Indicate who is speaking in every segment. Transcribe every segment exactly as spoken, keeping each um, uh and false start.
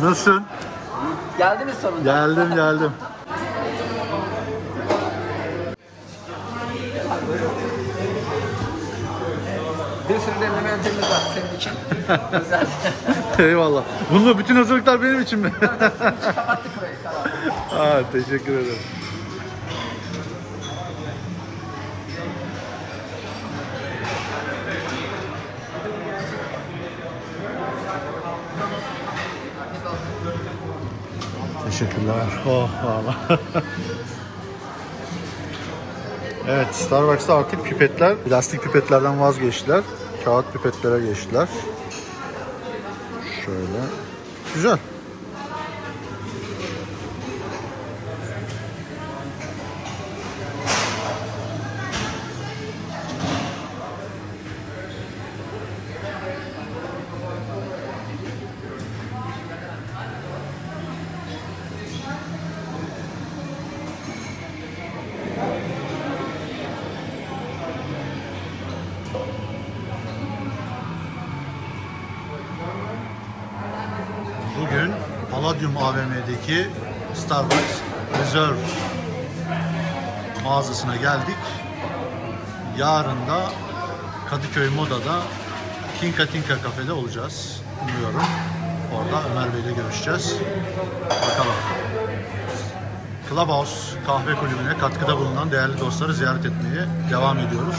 Speaker 1: Nasılsın?
Speaker 2: Geldi mi sonunda?
Speaker 1: Geldim geldim.
Speaker 2: Bir sürü demleme yöntemimiz var senin için. Özel.
Speaker 1: Eyvallah. Bununla bütün hazırlıklar benim için mi?
Speaker 2: Kapattık burayı, tamam.
Speaker 1: Aa, teşekkür ederim. Teşekkürler. Oh valla. Evet, Starbucks'ta artık pipetler, plastik pipetlerden vazgeçtiler. Kağıt pipetlere geçtiler. Şöyle. Güzel. Bugün Palladium A V M'deki Starbucks Reserve mağazasına geldik. Yarın da Kadıköy Moda'da Tinka Tinka Cafe'de olacağız. Umuyorum. Orada Ömer Bey'le görüşeceğiz. Bakalım. Clubhouse kahve kulübüne katkıda bulunan değerli dostları ziyaret etmeye devam ediyoruz.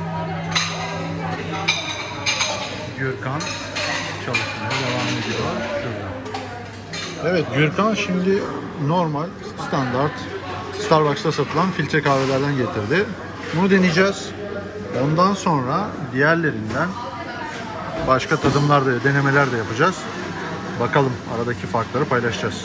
Speaker 1: Gürkan çalışmaya devam ediyor. Şurada. Evet, Gürkan şimdi normal, standart Starbucks'ta satılan filtre kahvelerden getirdi. Bunu deneyeceğiz. Ondan sonra diğerlerinden başka tadımlar da, denemeler de yapacağız. Bakalım, aradaki farkları paylaşacağız.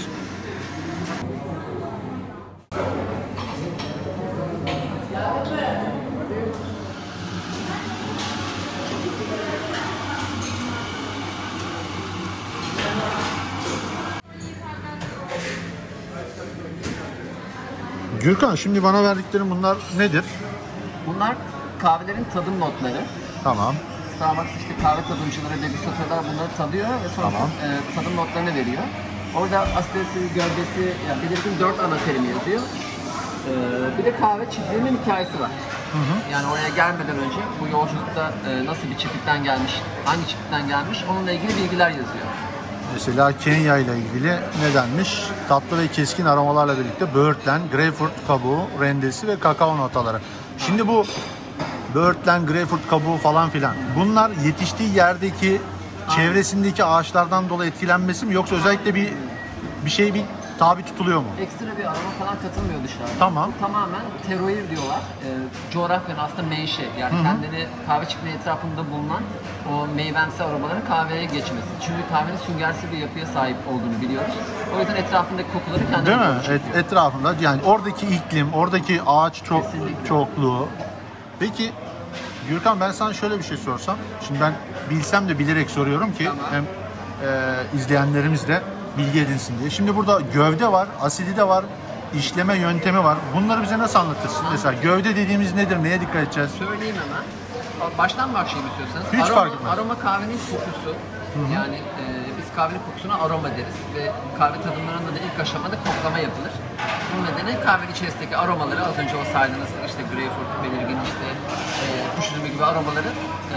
Speaker 1: Gürkan, şimdi bana verdiklerin bunlar nedir?
Speaker 2: Bunlar kahvelerin tadım notları.
Speaker 1: Tamam.
Speaker 2: Starbucks işte kahve tadımcıları, degüstatörler bunları tadıyor ve sonra
Speaker 1: Tamam.
Speaker 2: e, tadım notlarını veriyor. Orada asidesi, gövdesi, yani belirgin dört ana terimi yazıyor. E, bir de kahve çiftliğinin hikayesi var.
Speaker 1: Hı hı.
Speaker 2: Yani oraya gelmeden önce bu yolculukta e, nasıl bir çiftlikten gelmiş, hangi çiftlikten gelmiş onunla ilgili bilgiler yazıyor.
Speaker 1: Mesela Kenya ile ilgili ne denmiş? Tatlı ve keskin aromalarla birlikte böğürtlen, greyfurt kabuğu, rendesi ve kakao notaları. Şimdi bu böğürtlen, greyfurt kabuğu falan filan, bunlar yetiştiği yerdeki, çevresindeki ağaçlardan dolayı etkilenmesi mi, yoksa özellikle bir bir şey bir tabi tutuluyor mu?
Speaker 2: Ekstra bir aroma falan katılmıyor dışarıda.
Speaker 1: Tamam.
Speaker 2: Bu tamamen teroir diyorlar. E, coğrafyanın aslında menşe. Yani
Speaker 1: Hı-hı.
Speaker 2: kendini kahve çiftliği etrafında bulunan o meyvemsi aromaların kahveye geçmesi. Çünkü kahvenin süngersi bir yapıya sahip olduğunu biliyoruz. O yüzden etrafındaki kokuları kendine
Speaker 1: Değil mi?
Speaker 2: doğru çekiyor.
Speaker 1: Et, etrafında yani oradaki iklim, oradaki ağaç çok
Speaker 2: Kesinlikle.
Speaker 1: çokluğu. Peki Gürkan, ben sana şöyle bir şey sorsam. Şimdi ben bilsem de bilerek soruyorum ki
Speaker 2: Tamam.
Speaker 1: hem e, izleyenlerimiz de bilgi edinsin diye. Şimdi burada gövde var, asidi de var, işleme yöntemi var. Bunları bize nasıl anlatırsın? Mesela gövde dediğimiz nedir? Neye dikkat edeceğiz?
Speaker 2: Söyleyeyim hemen. Baştan başlayayım istiyorsanız.
Speaker 1: Hiç
Speaker 2: aroma,
Speaker 1: fark etmez.
Speaker 2: aroma kahvenin kokusu. Hı-hı. Yani e, biz kahvenin kokusuna aroma deriz ve kahve tadımlarında da ilk aşamada koklama yapılır. Bu nedenle kahvenin içerisindeki aromaları, az önce o saydığınız işte greyfurt, belirgin işte e, kuş üzümü gibi aromaları e,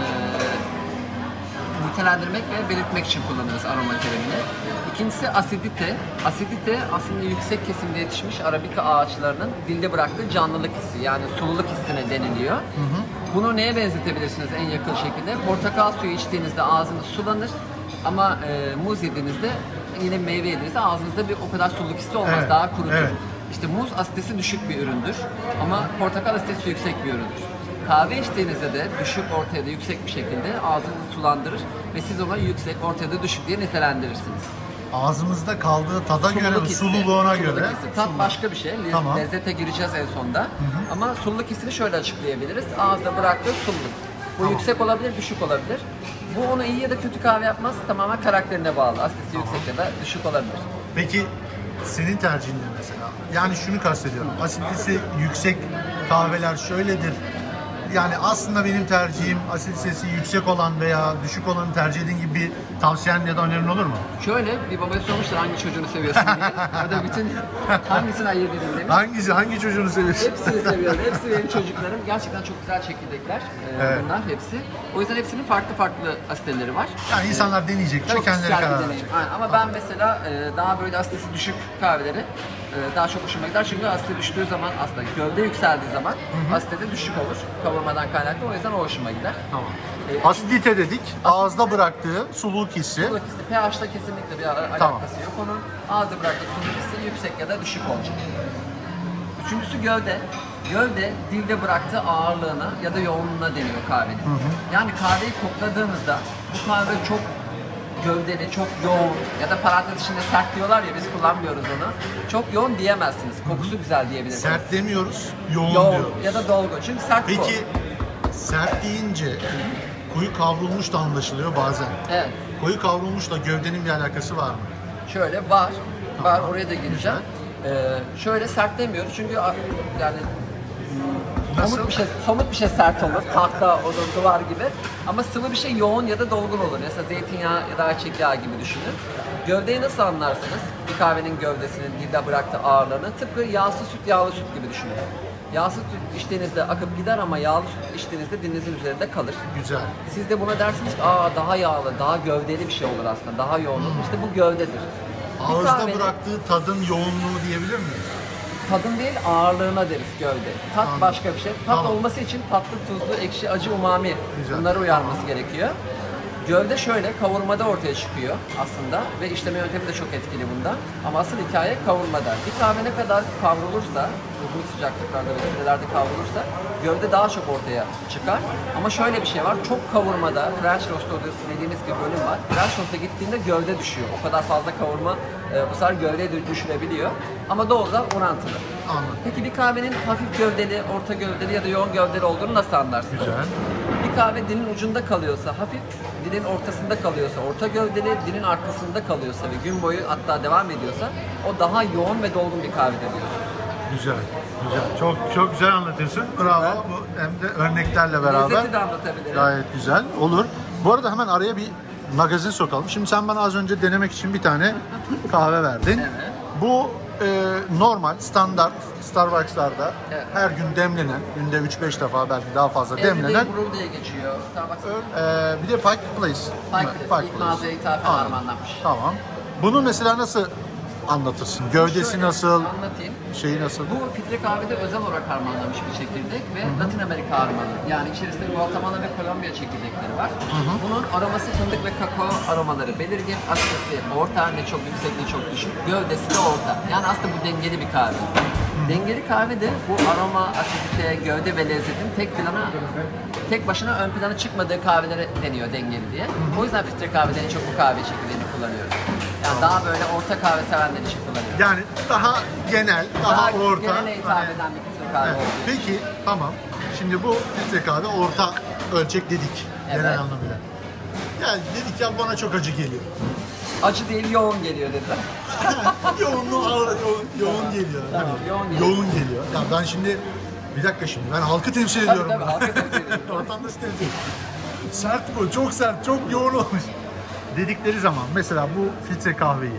Speaker 2: nitelendirmek ve belirtmek için kullanırız aroma terimini. İkincisi asidite. Asidite aslında yüksek kesimde yetişmiş arabika ağaçlarının dilde bıraktığı canlılık hissi, yani sululuk hissine deniliyor. Hı hı. Bunu neye benzetebilirsiniz en yakın şekilde? Portakal suyu içtiğinizde ağzınız sulanır ama e, muz yediğinizde, yine meyve yediğinizde ağzınızda bir o kadar sululuk hissi olmaz,
Speaker 1: Evet,
Speaker 2: daha kurutur.
Speaker 1: evet.
Speaker 2: İşte muz asiditesi düşük bir üründür ama portakal asiditesi yüksek bir üründür. Kahve içtiğinizde de düşük, ortaya da yüksek bir şekilde ağzınızı sulandırır ve siz ona yüksek, ortaya da düşük diye nitelendirirsiniz.
Speaker 1: Ağzımızda kaldığı tada
Speaker 2: Sululuk
Speaker 1: göre,
Speaker 2: hissi,
Speaker 1: sululuğuna
Speaker 2: sululuk
Speaker 1: göre.
Speaker 2: hissi. Tat başka bir şey. Lez-
Speaker 1: Tamam.
Speaker 2: Lezzete gireceğiz en sonda. Hı hı. Ama sululuk hissini şöyle açıklayabiliriz. Ağızda bıraktığı sululuk. Bu
Speaker 1: Tamam.
Speaker 2: yüksek olabilir, düşük olabilir. Bu onu iyi ya da kötü kahve yapmaz. Tamamen karakterine bağlı. Asitesi
Speaker 1: Tamam.
Speaker 2: yüksek ya da düşük olabilir.
Speaker 1: Peki senin tercihin ne mesela? Yani şunu kastediyorum. Asiditesi yüksek kahveler şöyledir yani aslında benim tercihim asiditesi yüksek olan veya düşük olanı tercih edin gibi bir tavsiyen ya da önerin olur mu?
Speaker 2: Şöyle bir babaya sormuşlar hangi çocuğunu seviyorsun diye. O da bütün hangisini ayırt edin demiş.
Speaker 1: Hangisi, hangi çocuğunu seviyorsun?
Speaker 2: Hepsini seviyorum. Hepsi benim çocuklarım. Gerçekten çok güzel çekirdekler. Ee,
Speaker 1: Evet.
Speaker 2: Bunlar hepsi. O yüzden hepsinin farklı farklı asitleri var.
Speaker 1: Yani insanlar deneyecekler,
Speaker 2: Çok
Speaker 1: kendileri
Speaker 2: güzel bir
Speaker 1: karar
Speaker 2: deneyim.
Speaker 1: verecek.
Speaker 2: Aynen. Ama ben mesela e, daha böyle asitesi düşük kahveleri e, daha çok hoşuma gider. Çünkü asite düştüğü zaman aslında gövde yükseldiği zaman asite de düşük olur. Kavurmadan kaynaklı. O yüzden o hoşuma gider.
Speaker 1: Tamam.
Speaker 2: E,
Speaker 1: Asidite dedik, ağızda bıraktığı sululuk hissi.
Speaker 2: Sululuk hissi, pH'ta kesinlikle bir al-
Speaker 1: Tamam.
Speaker 2: alakası yok. Onun ağızda bıraktığı sululuk hissi yüksek ya da düşük olacak. Üçüncüsü gövde. Gövde dilde bıraktığı ağırlığına ya da yoğunluğuna deniyor kahvenin. Yani kahveyi kokladığınızda bu kahve çok gövdeli, çok yoğun ya da parantez içinde sert diyorlar ya biz kullanmıyoruz onu. Çok yoğun diyemezsiniz. Kokusu güzel diyebilirsiniz.
Speaker 1: Sert demiyoruz, yoğun,
Speaker 2: yoğun
Speaker 1: diyoruz.
Speaker 2: ya da dolgun. Çünkü sert bu.
Speaker 1: Peki sert deyince koyu kavrulmuş da anlaşılıyor bazen.
Speaker 2: Evet.
Speaker 1: Koyu kavrulmuşla gövdenin bir alakası var mı?
Speaker 2: Şöyle var. Var
Speaker 1: Tamam.
Speaker 2: oraya da gireceğim. Ee, şöyle sert demiyoruz çünkü a- yani
Speaker 1: Nasıl?
Speaker 2: somut bir şey somut bir şey sert olur. Tahta olur, duvar gibi. Ama sıvı bir şey yoğun ya da dolgun olur. Mesela zeytinyağı ya da ayçiçek yağı gibi düşünün. Gövdeyi nasıl anlarsınız? Bir kahvenin gövdesinin dilde bıraktığı ağırlığını tıpkı yağsız süt, yağlı süt gibi düşünün. Yağsız süt içtiğinizde akıp gider ama yağlı süt içtiğinizde dilinizin üzerinde kalır.
Speaker 1: Güzel.
Speaker 2: Siz de buna dersiniz ki aa daha yağlı, daha gövdeli bir şey olur aslında, daha yoğun olur. İşte bu gövdedir. Bir
Speaker 1: Ağızda
Speaker 2: kahvenin
Speaker 1: bıraktığı tadın yoğunluğu diyebilir miyiz?
Speaker 2: tadın değil ağırlığına deriz gövde. Tat
Speaker 1: Anladım.
Speaker 2: başka bir şey. Tat
Speaker 1: Tamam.
Speaker 2: olması için tatlı, tuzlu, ekşi, acı, umami
Speaker 1: Güzel.
Speaker 2: bunları uyarması gerekiyor. Gövde şöyle kavurmada ortaya çıkıyor aslında ve işleme yöntemi de çok etkili bunda. Ama asıl hikaye kavurmada. Bir kahve ne kadar kavrulursa, uzun sıcaklıklarda ve sürelerde kavrulursa gövde daha çok ortaya çıkar. Ama şöyle bir şey var, çok kavurmada, French roast dediğimiz bir bölüm var. French roast'a gittiğinde gövde düşüyor. O kadar fazla kavurma e, bu sefer gövdeyi de düşürebiliyor. Ama doğrudan orantılı.
Speaker 1: Anladım.
Speaker 2: Peki bir kahvenin hafif gövdeli, orta gövdeli ya da yoğun gövdeli olduğunu nasıl anlarsınız?
Speaker 1: Güzel.
Speaker 2: Bir kahve dilin ucunda kalıyorsa hafif, dilin ortasında kalıyorsa orta gövdeli, dilin arkasında kalıyorsa ve gün boyu hatta devam ediyorsa o daha yoğun ve dolgun bir kahvedir diyorsunuz.
Speaker 1: Güzel. Güzel. Çok çok güzel anlatıyorsun. Bravo. Bu hem de örneklerle beraber.
Speaker 2: Lezzeti de anlatabilirim.
Speaker 1: Gayet güzel. Olur. Bu arada hemen araya bir magazin sokalım. Şimdi sen bana az önce denemek için bir tane kahve verdin.
Speaker 2: Evet.
Speaker 1: Bu e, normal, standart Starbucks'larda
Speaker 2: Evet.
Speaker 1: her gün demlenen, günde üç beş defa belki daha fazla
Speaker 2: Everyday
Speaker 1: demlenen.
Speaker 2: brew diye geçiyor. Starbucks'ın
Speaker 1: E, bir de Pike Place.
Speaker 2: Pike Place. İlk mağazaya ithafen
Speaker 1: Anladım.
Speaker 2: armağanlanmış.
Speaker 1: Tamam. Bunu mesela nasıl anlatırsın? Gövdesi
Speaker 2: Şöyle
Speaker 1: nasıl?
Speaker 2: Anlatayım.
Speaker 1: Şeyi nasıl?
Speaker 2: Bu filtre kahvede özel olarak harmanlanmış bir çekirdek ve Latin Amerika harmanı. Yani içerisinde Guatemala ve Kolombiya çekirdekleri var. Bunun aroması fındık ve kakao aromaları belirgin. Asiditesi orta, ne çok yüksek ne çok düşük. Gövdesi de orta. Yani aslında bu dengeli bir kahve. Dengeli kahve de bu aroma, asidite, gövde ve lezzetin tek plana tek başına ön plana çıkmadığı kahvelere deniyor dengeli diye. O yüzden filtre kahvede en çok bu kahve çekirdeğini kullanıyoruz. Yani daha böyle orta kahve sevenler için kullanıyoruz.
Speaker 1: Yani daha genel, daha, orta.
Speaker 2: Genele hitap
Speaker 1: Hani-
Speaker 2: eden bir filtre kahve
Speaker 1: Evet.
Speaker 2: olduğu için.
Speaker 1: Peki tamam. Şimdi bu filtre kahve orta ölçek dedik
Speaker 2: Evet.
Speaker 1: genel anlamıyla. Yani dedik ya bana çok acı geliyor.
Speaker 2: Acı değil yoğun geliyor dediler.
Speaker 1: Yoğunluğu ağır, yoğun, yoğun geliyor.
Speaker 2: Tamam,
Speaker 1: Değil mi?
Speaker 2: yoğun geliyor.
Speaker 1: Yoğun geliyor. Ya ben şimdi bir dakika şimdi ben halkı temsil
Speaker 2: Tabii,
Speaker 1: ediyorum.
Speaker 2: tabii, halkı temsil ediyorum.
Speaker 1: Vatandaşı temsil ediyorum. Sert bu, çok sert, çok yoğun olmuş. Dedikleri zaman mesela bu filtre kahveyi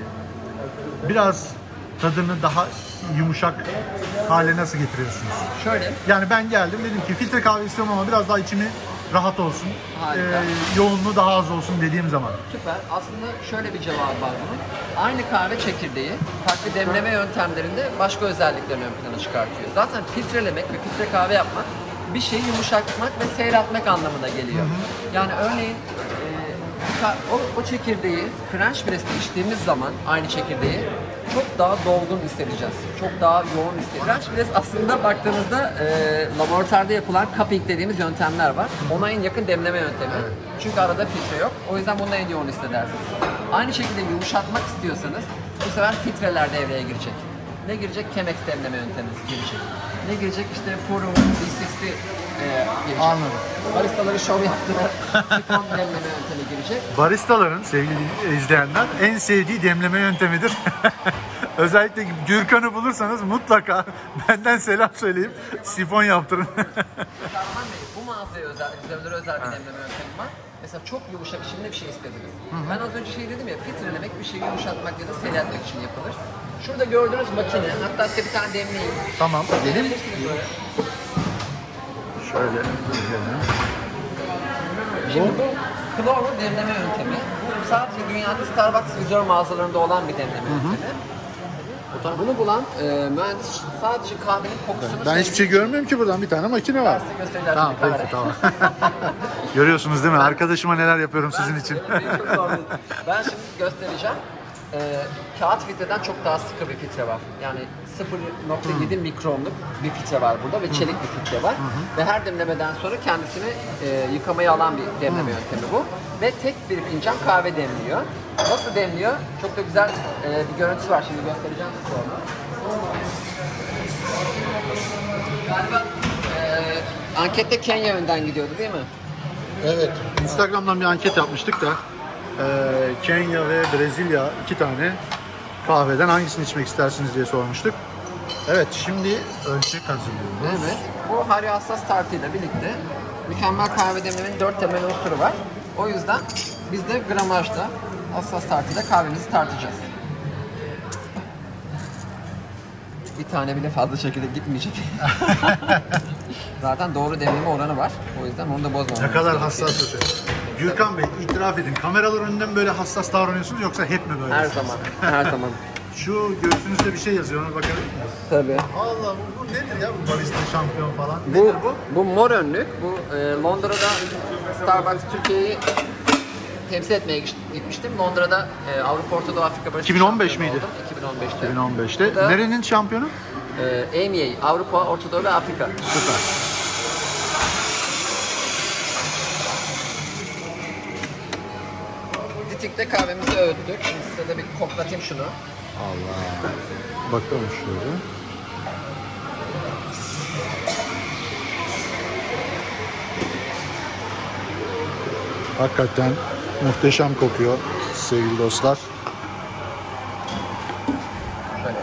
Speaker 1: biraz tadını daha yumuşak hale nasıl getiriyorsunuz?
Speaker 2: Şöyle,
Speaker 1: Yani ben geldim dedim ki filtre kahve istiyorum ama biraz daha içimi rahat olsun.
Speaker 2: Harika.
Speaker 1: Ee, yoğunluğu daha az olsun dediğim zaman.
Speaker 2: süper. Aslında şöyle bir cevabı var bunun. Aynı kahve çekirdeği farklı demleme yöntemlerinde başka özelliklerini ön plana çıkartıyor. Zaten filtrelemek ve filtre kahve yapmak bir şeyi yumuşatmak ve seyretmek anlamına geliyor. Yani örneğin e, ka- o, o çekirdeği French press'te içtiğimiz zaman aynı çekirdeği çok daha dolgun hissedeceğiz. Çok daha yoğun hissedeceğiz. French press aslında baktığınızda e, laboratuvarda yapılan cupping dediğimiz yöntemler var. Ona en yakın demleme yöntemi. Çünkü arada filtre yok. O yüzden bunu en yoğun hissedersiniz. Aynı şekilde yumuşatmak istiyorsanız bu sefer filtreler devreye girecek. Ne girecek? Chemex demleme yöntemi girecek. Ne girecek? İşte Forum D altmış e, girecek.
Speaker 1: Anladım.
Speaker 2: Baristaları şov yaptılar. Sifon demleme yöntemi girecek.
Speaker 1: Baristaların sevgili izleyenler en sevdiği demleme yöntemidir. Özellikle Gürkan'ı bulursanız mutlaka benden selam söyleyip sifon yaptırın.
Speaker 2: Kahraman Bey, bu mağazaya özel, güzellere özel bir demleme yöntemi var. Mesela çok yumuşak içinde bir şey istediniz. Ben az önce şey dedim ya, filtrelemek bir şeyi yumuşatmak ya da seyreltmek için yapılır. Şurada gördüğünüz makine, hatta size bir tane demleyeyim.
Speaker 1: Tamam, gelin.
Speaker 2: Gelebilirsiniz böyle.
Speaker 1: Şöyle.
Speaker 2: Şimdi bu Clover demleme yöntemi. Bu sadece dünyada Starbucks vizör mağazalarında olan bir demleme yöntemi. Bunu bulan e, mühendis sadece kahvenin kokusunu...
Speaker 1: Ben hiçbir şey görmüyorum ki buradan. Bir tane makine var.
Speaker 2: Size göstereceğim
Speaker 1: Tamam,
Speaker 2: şimdi
Speaker 1: peki,
Speaker 2: kamera.
Speaker 1: tamam. Görüyorsunuz değil mi? Arkadaşıma neler yapıyorum sizin için.
Speaker 2: Ben şimdi göstereceğim. Ee, kağıt filtreden çok daha sıkı bir filtre var. Yani sıfır nokta yedi mikronluk bir filtre var burada ve çelik bir filtre var. Ve her demlemeden sonra kendisini e, yıkamaya alan bir demleme yöntemi bu. Ve tek bir fincan kahve demliyor. Nasıl demliyor? Çok da güzel e, bir görüntüsü var. Şimdi göstereceğim size onu. Galiba e, ankette Kenya önden gidiyordu değil mi?
Speaker 1: Evet. Instagram'dan bir anket yapmıştık da e, Kenya ve Brezilya iki tane kahveden hangisini içmek istersiniz diye sormuştuk. Evet, şimdi ölçek hazırlıyoruz.
Speaker 2: Evet. Bu Hari hassas tartıyla birlikte mükemmel kahve demlemenin dört temel unsuru var. O yüzden biz de gramajda hassas tartıyla kahvemizi tartacağız. Bir tane bile fazla şekilde gitmeyecek. Zaten doğru demleme oranı var. O yüzden onu da bozmamamız
Speaker 1: Ne kadar
Speaker 2: gerekiyor.
Speaker 1: hassas. Gürkan Bey, itiraf edin. Kameralar önünden böyle hassas davranıyorsunuz yoksa hep mi böyle?
Speaker 2: Her zaman, her zaman.
Speaker 1: Şu göğsünüzde bir şey yazıyor, ona bakabilir miyiz?
Speaker 2: Tabii.
Speaker 1: Allah, bu, bu nedir ya, bu barista şampiyon falan?
Speaker 2: Bu,
Speaker 1: Nedir bu?
Speaker 2: bu mor önlük. Bu e, Londra'da Starbucks Türkiye'yi temsil etmeye gitmiştim. Londra'da e, Avrupa Orta Doğu Afrika Barış
Speaker 1: iki bin on beş
Speaker 2: şampiyonu
Speaker 1: miydi?
Speaker 2: oldum. iki bin on beşte.
Speaker 1: iki bin on beşte.
Speaker 2: Bu da-
Speaker 1: Nerenin şampiyonu?
Speaker 2: E, A M A, Avrupa, Orta Doğu ve Afrika.
Speaker 1: Süper.
Speaker 2: Ditik'te kahvemizi öğüttük. Şimdi size de bir koklatayım şunu.
Speaker 1: Allah. Bakalım şöyle. Hakikaten muhteşem kokuyor sevgili dostlar.
Speaker 2: Şöyle.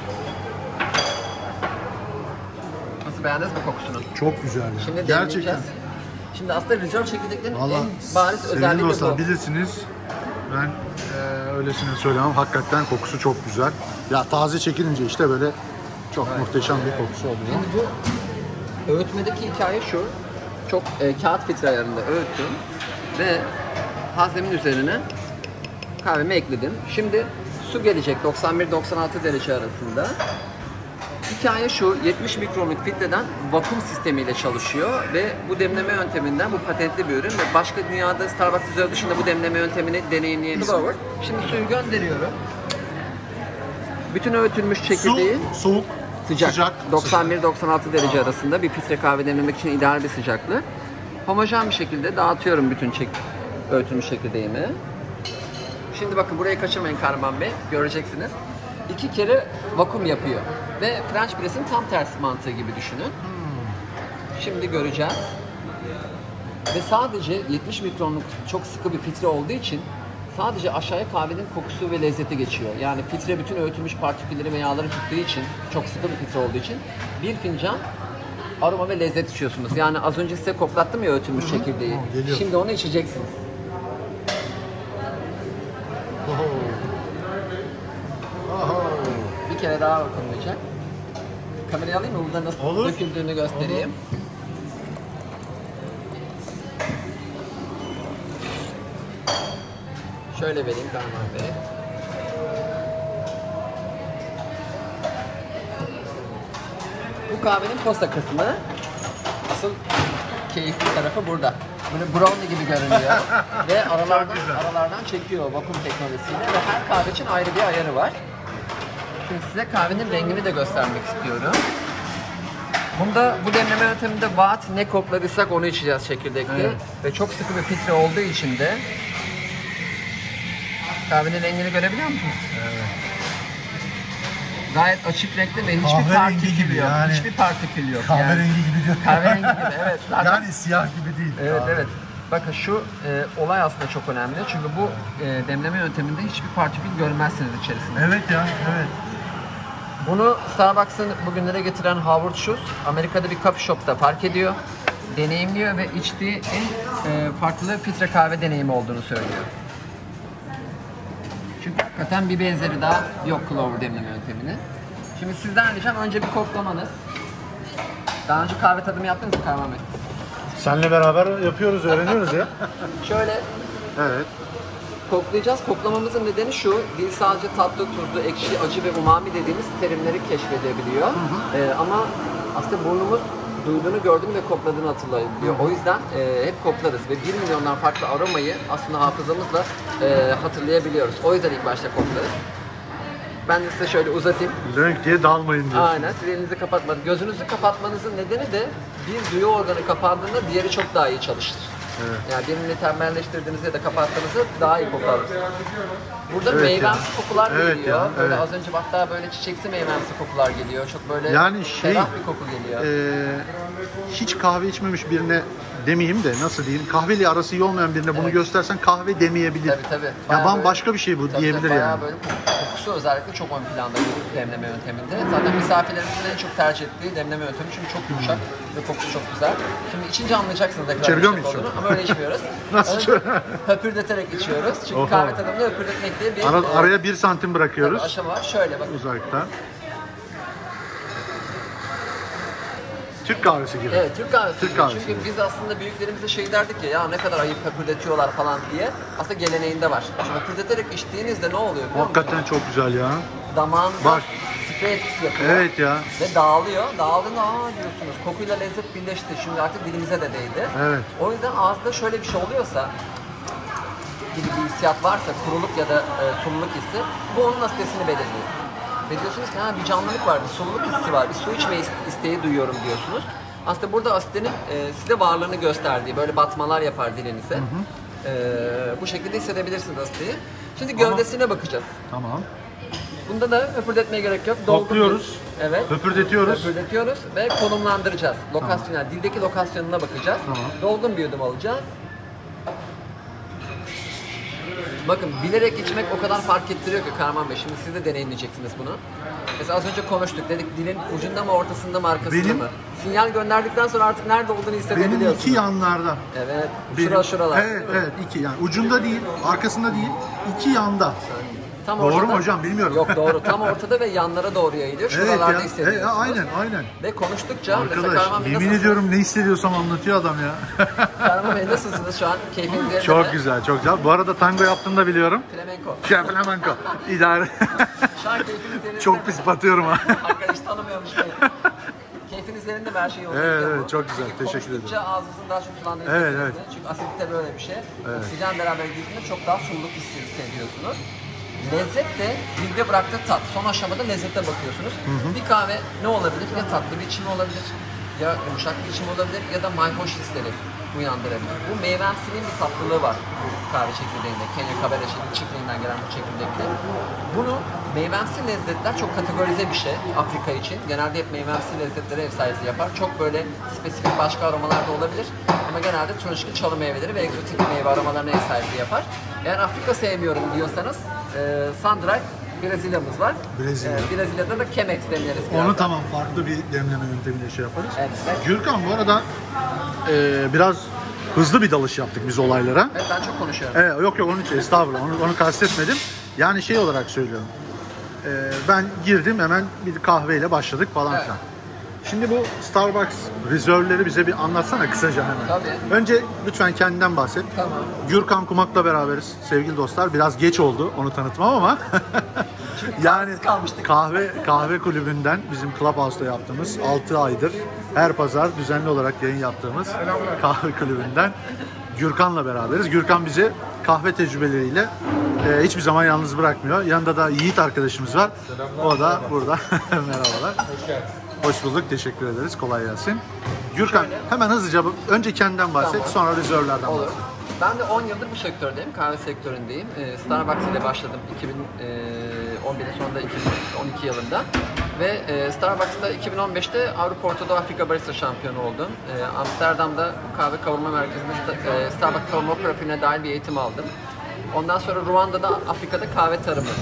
Speaker 2: Nasıl, beğendiniz mi kokusunu?
Speaker 1: Çok güzel ya.
Speaker 2: Şimdi
Speaker 1: Gerçekten.
Speaker 2: demleyeceğiz. Şimdi aslında ricol çekirdeklerin
Speaker 1: Valla
Speaker 2: en bariz
Speaker 1: sevgili
Speaker 2: özelliği
Speaker 1: dostlar
Speaker 2: bu.
Speaker 1: bilirsiniz. Ben e, öylesine söylemem. Hakikaten kokusu çok güzel. Ya taze çekilince işte böyle çok
Speaker 2: Evet.
Speaker 1: muhteşem bir kokusu oluyor.
Speaker 2: Şimdi bu öğütmedeki hikaye şu. Çok e, kağıt filtre ayarında öğüttüm ve haznemin üzerine kahvemi ekledim. Şimdi su gelecek doksan bir doksan altı derece arasında. Hikaye şu, yetmiş mikronluk filtreden vakum sistemiyle çalışıyor ve bu demleme yönteminden, bu patentli bir ürün ve başka dünyada Starbucks üzeri dışında bu demleme yöntemini deneyimleyebilirsiniz. Şimdi suyu gönderiyorum. Bütün öğütülmüş çekirdeği
Speaker 1: Su, soğuk,
Speaker 2: sıcak,
Speaker 1: sıcak,
Speaker 2: doksan bir doksan altı derece arasında bir filtre kahve demlemek için ideal bir sıcaklık. Homojen bir şekilde dağıtıyorum bütün çek öğütülmüş çekirdeğimi. Şimdi bakın, burayı kaçırmayın Kahraman Bey, göreceksiniz. İki kere vakum yapıyor ve French press'in tam tersi mantığı gibi düşünün. Şimdi göreceğiz. Ve sadece yetmiş mikronluk çok sıkı bir filtre olduğu için sadece aşağıya kahvenin kokusu ve lezzeti geçiyor. Yani filtre bütün öğütülmüş partikülleri ve yağları tuttuğu için, çok sıkı bir filtre olduğu için bir fincan aroma ve lezzet içiyorsunuz. Yani az önce size koklattım ya öğütülmüş çekirdeği.
Speaker 1: Oh, geliyor.
Speaker 2: Şimdi onu içeceksiniz.
Speaker 1: Oho. Oho.
Speaker 2: Bir kere daha vakumlayacak. Kamerayı alayım mı? Burada nasıl
Speaker 1: Olur.
Speaker 2: döküldüğünü göstereyim. Şöyle vereyim Kahraman Bey. Bu kahvenin posta kısmı. Asıl keyifli tarafı burada. Böyle brownie gibi görünüyor. Ve aralardan,
Speaker 1: güzel.
Speaker 2: aralardan çekiyor vakum teknolojisiyle ve her kahve için ayrı bir ayarı var. Şimdi size kahvenin rengini de göstermek istiyorum. Bunda, bu demleme yönteminde watt ne kokladıysak onu içeceğiz çekirdekli.
Speaker 1: Evet.
Speaker 2: Ve çok sıkı bir filtre olduğu için de kahvenin rengini görebiliyor musunuz?
Speaker 1: Evet.
Speaker 2: Gayet açık renkli ve hiçbir
Speaker 1: Kahverengi
Speaker 2: partikül
Speaker 1: gibi
Speaker 2: yok.
Speaker 1: yani.
Speaker 2: Hiçbir partikül yok.
Speaker 1: Kahverengi
Speaker 2: yani.
Speaker 1: gibi diyor.
Speaker 2: Kahverengi gibi, evet. Zaten,
Speaker 1: Yani siyah gibi değil.
Speaker 2: evet
Speaker 1: Kahve.
Speaker 2: evet. Bakın şu e, olay aslında çok önemli. Çünkü bu e, demleme yönteminde hiçbir partikül görmezsiniz içerisinde.
Speaker 1: Evet ya, evet.
Speaker 2: Bunu Starbucks'ın bugünlere getiren Howard Schultz Amerika'da bir coffee shop'ta fark ediyor, deneyimliyor ve içtiği en e, farklı filtre kahve deneyimi olduğunu söylüyor. Çünkü hakikaten bir benzeri daha yok Clover demleme yöntemini. Şimdi sizden ricam önce bir koklamanız. Daha önce kahve tadımı yaptınız mı Kahraman Bey?
Speaker 1: Seninle beraber yapıyoruz, öğreniyoruz ya.
Speaker 2: Şöyle
Speaker 1: Evet.
Speaker 2: koklayacağız. Koklamamızın nedeni şu, dil sadece tatlı, tuzlu, ekşi, acı ve umami dediğimiz terimleri keşfedebiliyor. Ee, ama aslında burnumuz duyduğunu, gördüğünü ve kokladığını hatırlayabiliyor. O yüzden e, hep koklarız ve bir milyondan farklı aromayı aslında hafızamızla e, hatırlayabiliyoruz. O yüzden ilk başta koklarız. Ben de size şöyle uzatayım.
Speaker 1: Lönk diye dalmayın diyorsun.
Speaker 2: Aynen, siz elinizi kapatmadınız. Gözünüzü kapatmanızın nedeni de bir duyu organı kapandığında diğeri çok daha iyi çalışır.
Speaker 1: Evet.
Speaker 2: Yani birini tembelleştirdiğinizde ya da kapattığınızda daha iyi kokar. Burada
Speaker 1: Evet
Speaker 2: meyvemsi
Speaker 1: ya.
Speaker 2: kokular
Speaker 1: Evet
Speaker 2: geliyor.
Speaker 1: ya,
Speaker 2: Böyle
Speaker 1: evet.
Speaker 2: az önce hatta böyle çiçeksi meyvemsi kokular geliyor. Çok böyle
Speaker 1: Yani şey,
Speaker 2: ferah bir koku geliyor.
Speaker 1: e, hiç kahve içmemiş birine demeyeyim de nasıl diyeyim, kahveli arası iyi olmayan birine bunu
Speaker 2: Evet.
Speaker 1: göstersen kahve demeyebilir.
Speaker 2: Tabii tabii.
Speaker 1: Ya
Speaker 2: Bayağı
Speaker 1: bambaşka
Speaker 2: böyle-
Speaker 1: bir şey bu
Speaker 2: tabii
Speaker 1: diyebilir
Speaker 2: tabii, bayağı
Speaker 1: yani.
Speaker 2: böyle koku- kokusu özellikle çok ön planda bu demleme yönteminde. Zaten misafirlerimizin en çok tercih ettiği demleme yöntemi çünkü çok yumuşak ve kokusu çok güzel. Şimdi içince anlayacaksınız ne kadar
Speaker 1: İçebiliyor
Speaker 2: yumuşak
Speaker 1: muyuz
Speaker 2: olduğunu ama öyle içmiyoruz.
Speaker 1: Nasıl
Speaker 2: Önce
Speaker 1: içiyoruz?
Speaker 2: höpürdeterek içiyoruz. Çünkü
Speaker 1: Oha.
Speaker 2: kahve tadımında höpürdetmek diye bir
Speaker 1: Ara,
Speaker 2: e,
Speaker 1: araya bir santim
Speaker 2: tabii
Speaker 1: bırakıyoruz
Speaker 2: aşama var. Şöyle bakın.
Speaker 1: uzaktan. Türk kahvesi gibi.
Speaker 2: Evet, Türk kahvesi.
Speaker 1: Türk
Speaker 2: gibi.
Speaker 1: kahvesi
Speaker 2: Çünkü
Speaker 1: gibi.
Speaker 2: biz aslında büyüklerimize şey derdik ya, ya ne kadar ayıp höpürdetiyorlar falan diye. Aslında geleneğinde var. Şimdi höpürdeterek içtiğinizde ne oluyor biliyor musunuz?
Speaker 1: Hakikaten çok güzel ya.
Speaker 2: Damağınızda
Speaker 1: Bak.
Speaker 2: sprey etkisi yapıyor.
Speaker 1: Evet ya.
Speaker 2: Ve dağılıyor. Dağıldığında aa diyorsunuz. Kokuyla lezzet birleşti. Şimdi artık dilimize de değdi.
Speaker 1: Evet.
Speaker 2: O yüzden ağızda şöyle bir şey oluyorsa, gibi bir hissiyat varsa, kuruluk ya da e, sululuk hissi, bu onun asitesini belirliyor. Ve diyorsunuz ki ha, bir canlılık var, bir sululuk hissi var, bir su içme is- isteği duyuyorum diyorsunuz. Aslında burada asitenin e, size varlığını gösterdiği, böyle batmalar yapar dilinize. E, bu şekilde hissedebilirsiniz asiteyi. Şimdi gövdesine bakacağız.
Speaker 1: Tamam.
Speaker 2: Bunda da höpürdetmeye gerek yok. Dolgun
Speaker 1: Kokluyoruz.
Speaker 2: bir- Evet.
Speaker 1: Höpürdetiyoruz.
Speaker 2: Höpürdetiyoruz ve konumlandıracağız. Lokasyonel, dildeki lokasyonuna bakacağız.
Speaker 1: Tamam.
Speaker 2: Dolgun bir yudum alacağız. Bakın bilerek içmek o kadar fark ettiriyor ki Kahraman Bey. Şimdi siz de deneyimleyeceksiniz bunu. Mesela az önce konuştuk. Dedik dilin ucunda mı, ortasında mı, arkasında
Speaker 1: Benim-
Speaker 2: mı? Sinyal gönderdikten sonra artık nerede olduğunu hissedebiliyorsunuz.
Speaker 1: Benim iki yanlarda.
Speaker 2: Evet.
Speaker 1: Benim-
Speaker 2: Şura şuralar.
Speaker 1: Evet evet iki yani ucunda değil, arkasında değil, iki yanda.
Speaker 2: Tam
Speaker 1: Doğru
Speaker 2: ortada.
Speaker 1: mu hocam? Bilmiyorum.
Speaker 2: Yok doğru. Tam ortada ve yanlara doğru yayılıyor.
Speaker 1: Evet
Speaker 2: Şuralarda
Speaker 1: ya.
Speaker 2: hissediyorsunuz.
Speaker 1: Evet, aynen aynen.
Speaker 2: Ve konuştukça mesela
Speaker 1: Arkadaş
Speaker 2: Kahraman Bey
Speaker 1: yemin
Speaker 2: nasılsınız?
Speaker 1: ediyorum ne hissediyorsam anlatıyor adam ya.
Speaker 2: Kahraman Bey nasılsınız şu an? Keyfiniz yerinde mi?
Speaker 1: Çok güzel çok güzel. Bu arada tango yaptığını da biliyorum.
Speaker 2: Flamenco.
Speaker 1: Şey flamenco. İdare.
Speaker 2: Şu an keyfiniz yerinde
Speaker 1: Çok
Speaker 2: mi?
Speaker 1: pis batıyorum ha.
Speaker 2: Arkadaş tanımıyormuş beni. Keyfiniz yerinde mi? Her şey yolunda
Speaker 1: Evet,
Speaker 2: gidiyor
Speaker 1: evet,
Speaker 2: mu?
Speaker 1: çok güzel.
Speaker 2: Çünkü
Speaker 1: Teşekkür
Speaker 2: konuştukça ağzınızın daha çok sulandığını
Speaker 1: Evet,
Speaker 2: hissediyorsunuz. Çünkü asidite böyle bir şey. Oksijen beraber girdiğinde çok daha sululuk hissi hissediyorsunuz. Lezzet de dilde bıraktığı tat. Son aşamada lezzete bakıyorsunuz. Bir kahve ne olabilir? Ya tatlı bir içimi olabilir, ya yumuşak bir içimi olabilir ya da mayhoş hisleri uyandırabilir. Bu meyvemsiliğin bir tatlılığı var bu kahve çekirdeğinde. Kenya Cabera çekirdeğinden gelen bu çekirdekte. Bunu meyvemsi lezzetler çok kategorize bir şey Afrika için. Genelde hep meyvemsi lezzetlere ev sahipliği yapar. Çok böyle spesifik başka aromalar da olabilir. Ama genelde tropikal çalı meyveleri ve egzotik meyve aromalarına ev sahipliği yapar. Eğer Afrika sevmiyorum diyorsanız e, Sandray Brezilya'mız var.
Speaker 1: Brezilya.
Speaker 2: E, Brezilya'da da Chemex denileriz.
Speaker 1: Onu tamam farklı bir demleme yöntemiyle şey yaparız.
Speaker 2: Evet.
Speaker 1: Gürkan bu arada e, biraz hızlı bir dalış yaptık biz olaylara.
Speaker 2: Evet, ben çok konuşuyorum.
Speaker 1: Evet, yok yok onun için estağfurullah onu, onu kastetmedim. Yani şey olarak söylüyorum. E, ben girdim hemen bir kahveyle başladık falan
Speaker 2: Evet.
Speaker 1: filan. Şimdi bu Starbucks rezervleri bize bir anlatsana kısaca hemen.
Speaker 2: Tabii.
Speaker 1: Önce lütfen kendinden bahset.
Speaker 2: Tamam.
Speaker 1: Gürkan Kumak'la beraberiz sevgili dostlar. Biraz geç oldu onu tanıtmam ama yani
Speaker 2: kalmıştık.
Speaker 1: kahve kahve kulübünden bizim Clubhouse'da yaptığımız altı aydır her pazar düzenli olarak yayın yaptığımız kahve kulübünden Gürkan'la beraberiz. Gürkan bizi kahve tecrübeleriyle e, hiçbir zaman yalnız bırakmıyor. Yanında da Yiğit arkadaşımız var. O da burada. Merhabalar. Hoş bulduk. Teşekkür ederiz. Kolay gelsin. Gürkan
Speaker 2: Şöyle.
Speaker 1: hemen hızlıca bu- önce kendinden bahset,
Speaker 2: Tamam.
Speaker 1: sonra rezervlerden
Speaker 2: Olur.
Speaker 1: bahset.
Speaker 2: Ben de on yıldır bu sektördeyim, kahve sektöründeyim. Ee, Starbucks ile başladım iki bin on birin sonunda iki bin on iki yılında. Ve e, Starbucks'ta iki bin on beşte Avrupa Orta Doğu Afrika Barista şampiyonu oldum. E, Amsterdam'da kahve kavurma merkezinde sta- e, Starbucks kavurma profiline dair bir eğitim aldım. Ondan sonra Ruanda'da Afrika'da kahve tarımı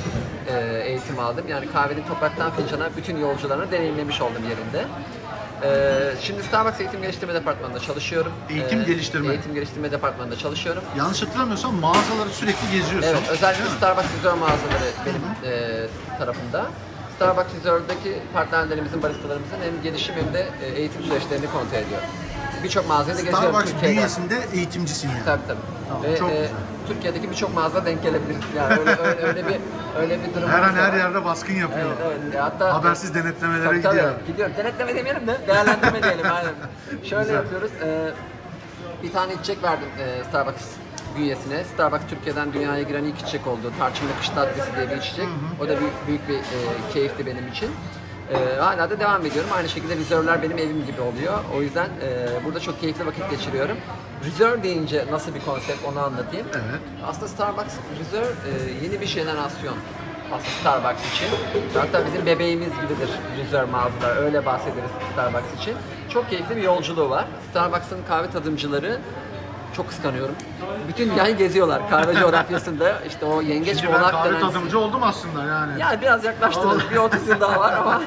Speaker 2: e, eğitim aldım. Yani kahvenin topraktan fincana bütün yolcularını deneyimlemiş oldum yerinde. Ee, şimdi Starbucks Eğitim Geliştirme Departmanı'nda çalışıyorum.
Speaker 1: Eğitim
Speaker 2: Ee,
Speaker 1: geliştirme.
Speaker 2: Eğitim Geliştirme Departmanı'nda çalışıyorum.
Speaker 1: Yanlış hatırlamıyorsam mağazaları sürekli geziyorsun.
Speaker 2: Evet, özellikle
Speaker 1: değil mi?
Speaker 2: Starbucks Reserve mağazaları benim e, tarafımda. Starbucks Reserve'daki partnerlerimizin, baristalarımızın hem gelişim hem de e, eğitim süreçlerini kontrol ediyor. Birçok mağazayı da geziyorum
Speaker 1: Starbucks
Speaker 2: Türkiye'de.
Speaker 1: bünyesinde eğitimcisin yani.
Speaker 2: Tabii tabii.
Speaker 1: Tamam,
Speaker 2: Ve
Speaker 1: çok
Speaker 2: e,
Speaker 1: güzel.
Speaker 2: Türkiye'deki birçok mağaza denk gelebiliriz. Yani öyle, öyle, öyle bir öyle bir durum
Speaker 1: Her an
Speaker 2: var.
Speaker 1: her yerde baskın yapıyor.
Speaker 2: Evet, evet. Ya hatta
Speaker 1: Habersiz denetlemelere
Speaker 2: tabii, tabii,
Speaker 1: gidiyor.
Speaker 2: gidiyorum. Denetleme demeyelim de değerlendirme diyelim. Aynen. Şöyle
Speaker 1: Güzel.
Speaker 2: yapıyoruz. Ee, bir tane içecek verdim e, Starbucks bünyesine. Starbucks Türkiye'den dünyaya giren ilk içecek oldu. Tarçınlı kış tatlısı diye bir içecek. O da büyük, büyük bir e, keyifti benim için. E, hala da devam ediyorum. Aynı şekilde Reserve'ler benim evim gibi oluyor. O yüzden e, burada çok keyifli vakit geçiriyorum. Reserve deyince nasıl bir konsept onu anlatayım.
Speaker 1: Evet.
Speaker 2: Aslında Starbucks Reserve e, yeni bir jenerasyon aslında Starbucks için. Hatta bizim bebeğimiz gibidir Reserve mağazalar. Öyle bahsederiz Starbucks için. Çok keyifli bir yolculuğu var. Starbucks'ın kahve tadımcıları çok kıskanıyorum. Bütün dünyayı geziyorlar kahve coğrafyasında. İşte o yengeç
Speaker 1: Şimdi ben
Speaker 2: oğlak
Speaker 1: kahve
Speaker 2: denen...
Speaker 1: tadımcı oldum aslında yani.
Speaker 2: Yani biraz yaklaştınız. Bir otuz yıl daha var ama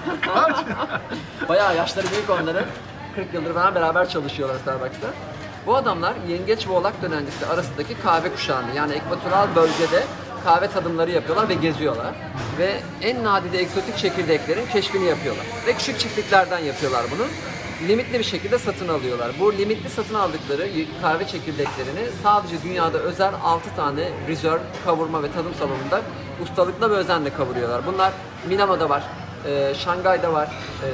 Speaker 2: bayağı yaşları büyük onların. kırk yıldır falan beraber çalışıyorlar Starbucks'ta. Bu adamlar yengeç ve oğlak dönencisi arasındaki kahve kuşağını yani ekvatoral bölgede kahve tadımları yapıyorlar ve geziyorlar. Ve en nadide egzotik çekirdeklerin keşfini yapıyorlar. Ve küçük çiftliklerden yapıyorlar bunu. Limitli bir şekilde satın alıyorlar. Bu limitli satın aldıkları kahve çekirdeklerini sadece dünyada özel altı tane Reserve kavurma ve tadım salonunda ustalıkla ve özenle kavuruyorlar. Bunlar Milano'da var, e, Şangay'da var, e,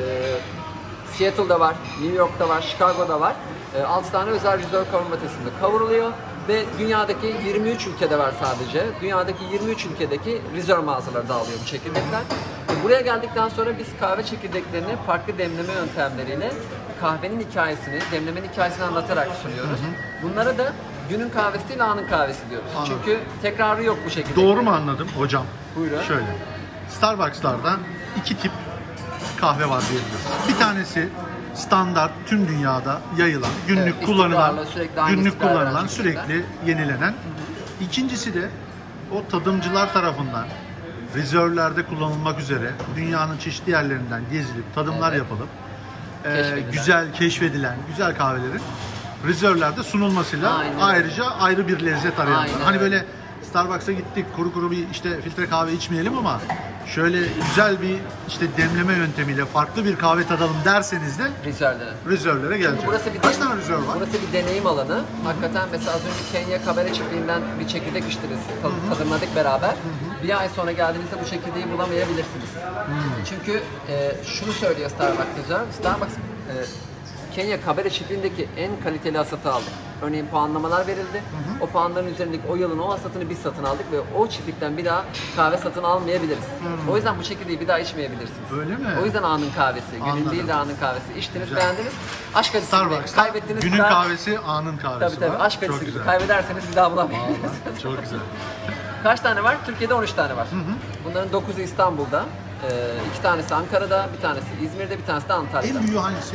Speaker 2: Seattle'da var, New York'ta var, Chicago'da var. E, altı tane özel Reserve kavurma testinde kavruluyor ve dünyadaki yirmi üç ülkede var sadece. Dünyadaki yirmi üç ülkedeki Reserve mağazaları dağılıyor bu çekirdekler. E, buraya geldikten sonra biz kahve çekirdeklerini farklı demleme yöntemleriyle kahvenin hikayesini, demlemenin hikayesini anlatarak sunuyoruz. Bunlara da günün kahvesi değil, anın kahvesi diyoruz.
Speaker 1: Anladım.
Speaker 2: Çünkü tekrarı yok bu şekilde.
Speaker 1: Doğru mu anladım hocam?
Speaker 2: Buyurun.
Speaker 1: Şöyle. Starbucks'lardan iki tip kahve var diyebiliriz. Bir tanesi standart tüm dünyada yayılan, günlük
Speaker 2: Evet,
Speaker 1: kullanılan,
Speaker 2: istikrarlı, sürekli aynı
Speaker 1: günlük
Speaker 2: istikrarlı
Speaker 1: kullanılan,
Speaker 2: şekilde.
Speaker 1: sürekli yenilenen. İkincisi de o tadımcılar tarafından rezervlerde kullanılmak üzere dünyanın çeşitli yerlerinden gezilip tadımlar
Speaker 2: Evet.
Speaker 1: yapılıp e,
Speaker 2: Keşfedilen.
Speaker 1: güzel keşfedilen güzel kahvelerin rezervlerde sunulmasıyla
Speaker 2: Aynen öyle.
Speaker 1: ayrıca ayrı bir lezzet arayanlar.
Speaker 2: Aynen
Speaker 1: Hani
Speaker 2: öyle.
Speaker 1: böyle Starbucks'a gittik kuru kuru bir işte filtre kahve içmeyelim ama şöyle güzel bir işte demleme yöntemiyle farklı bir kahve tadalım derseniz de
Speaker 2: Reserve'de.
Speaker 1: rezervlere geleceğiz.
Speaker 2: Burası bir
Speaker 1: Kaç
Speaker 2: deneyim-
Speaker 1: tane rezerv var?
Speaker 2: Burası bir deneyim alanı. Hakikaten mesela az önce Kenya Kabare çiftliğinden bir çekirdek içtiniz. Tad- Tadımladık beraber. Bir ay sonra geldiğinizde bu çekirdeği bulamayabilirsiniz. Çünkü e, şunu söylüyor Starbucks Reserve. Starbucks e, Kenya Kabare çiftliğindeki en kaliteli hasatı aldık. Örneğin puanlamalar verildi. O puanların üzerindeki o yılın o hasatını biz satın aldık ve o çiftlikten bir daha kahve satın almayabiliriz. O yüzden bu çekirdeği bir daha içmeyebilirsiniz.
Speaker 1: Öyle mi?
Speaker 2: O yüzden anın kahvesi. Günün
Speaker 1: Anladım.
Speaker 2: değil de anın kahvesi. İçtiniz,
Speaker 1: Güzel.
Speaker 2: beğendiniz. Aşk acısı gibi.
Speaker 1: Starbucks'ta
Speaker 2: Kaybettiniz.
Speaker 1: günün
Speaker 2: bir daha-
Speaker 1: kahvesi, anın kahvesi
Speaker 2: Tabii tabii.
Speaker 1: var.
Speaker 2: Aşk
Speaker 1: Çok
Speaker 2: acısı gibi.
Speaker 1: güzel.
Speaker 2: Kaybederseniz bir daha bulamayız.
Speaker 1: Vallahi çok güzel.
Speaker 2: Kaç tane var? Türkiye'de on üç tane var. Bunların dokuzu İstanbul'da. Ee, iki tanesi Ankara'da, bir tanesi İzmir'de, bir tanesi de Antalya'da.
Speaker 1: En büyüğü hangisi?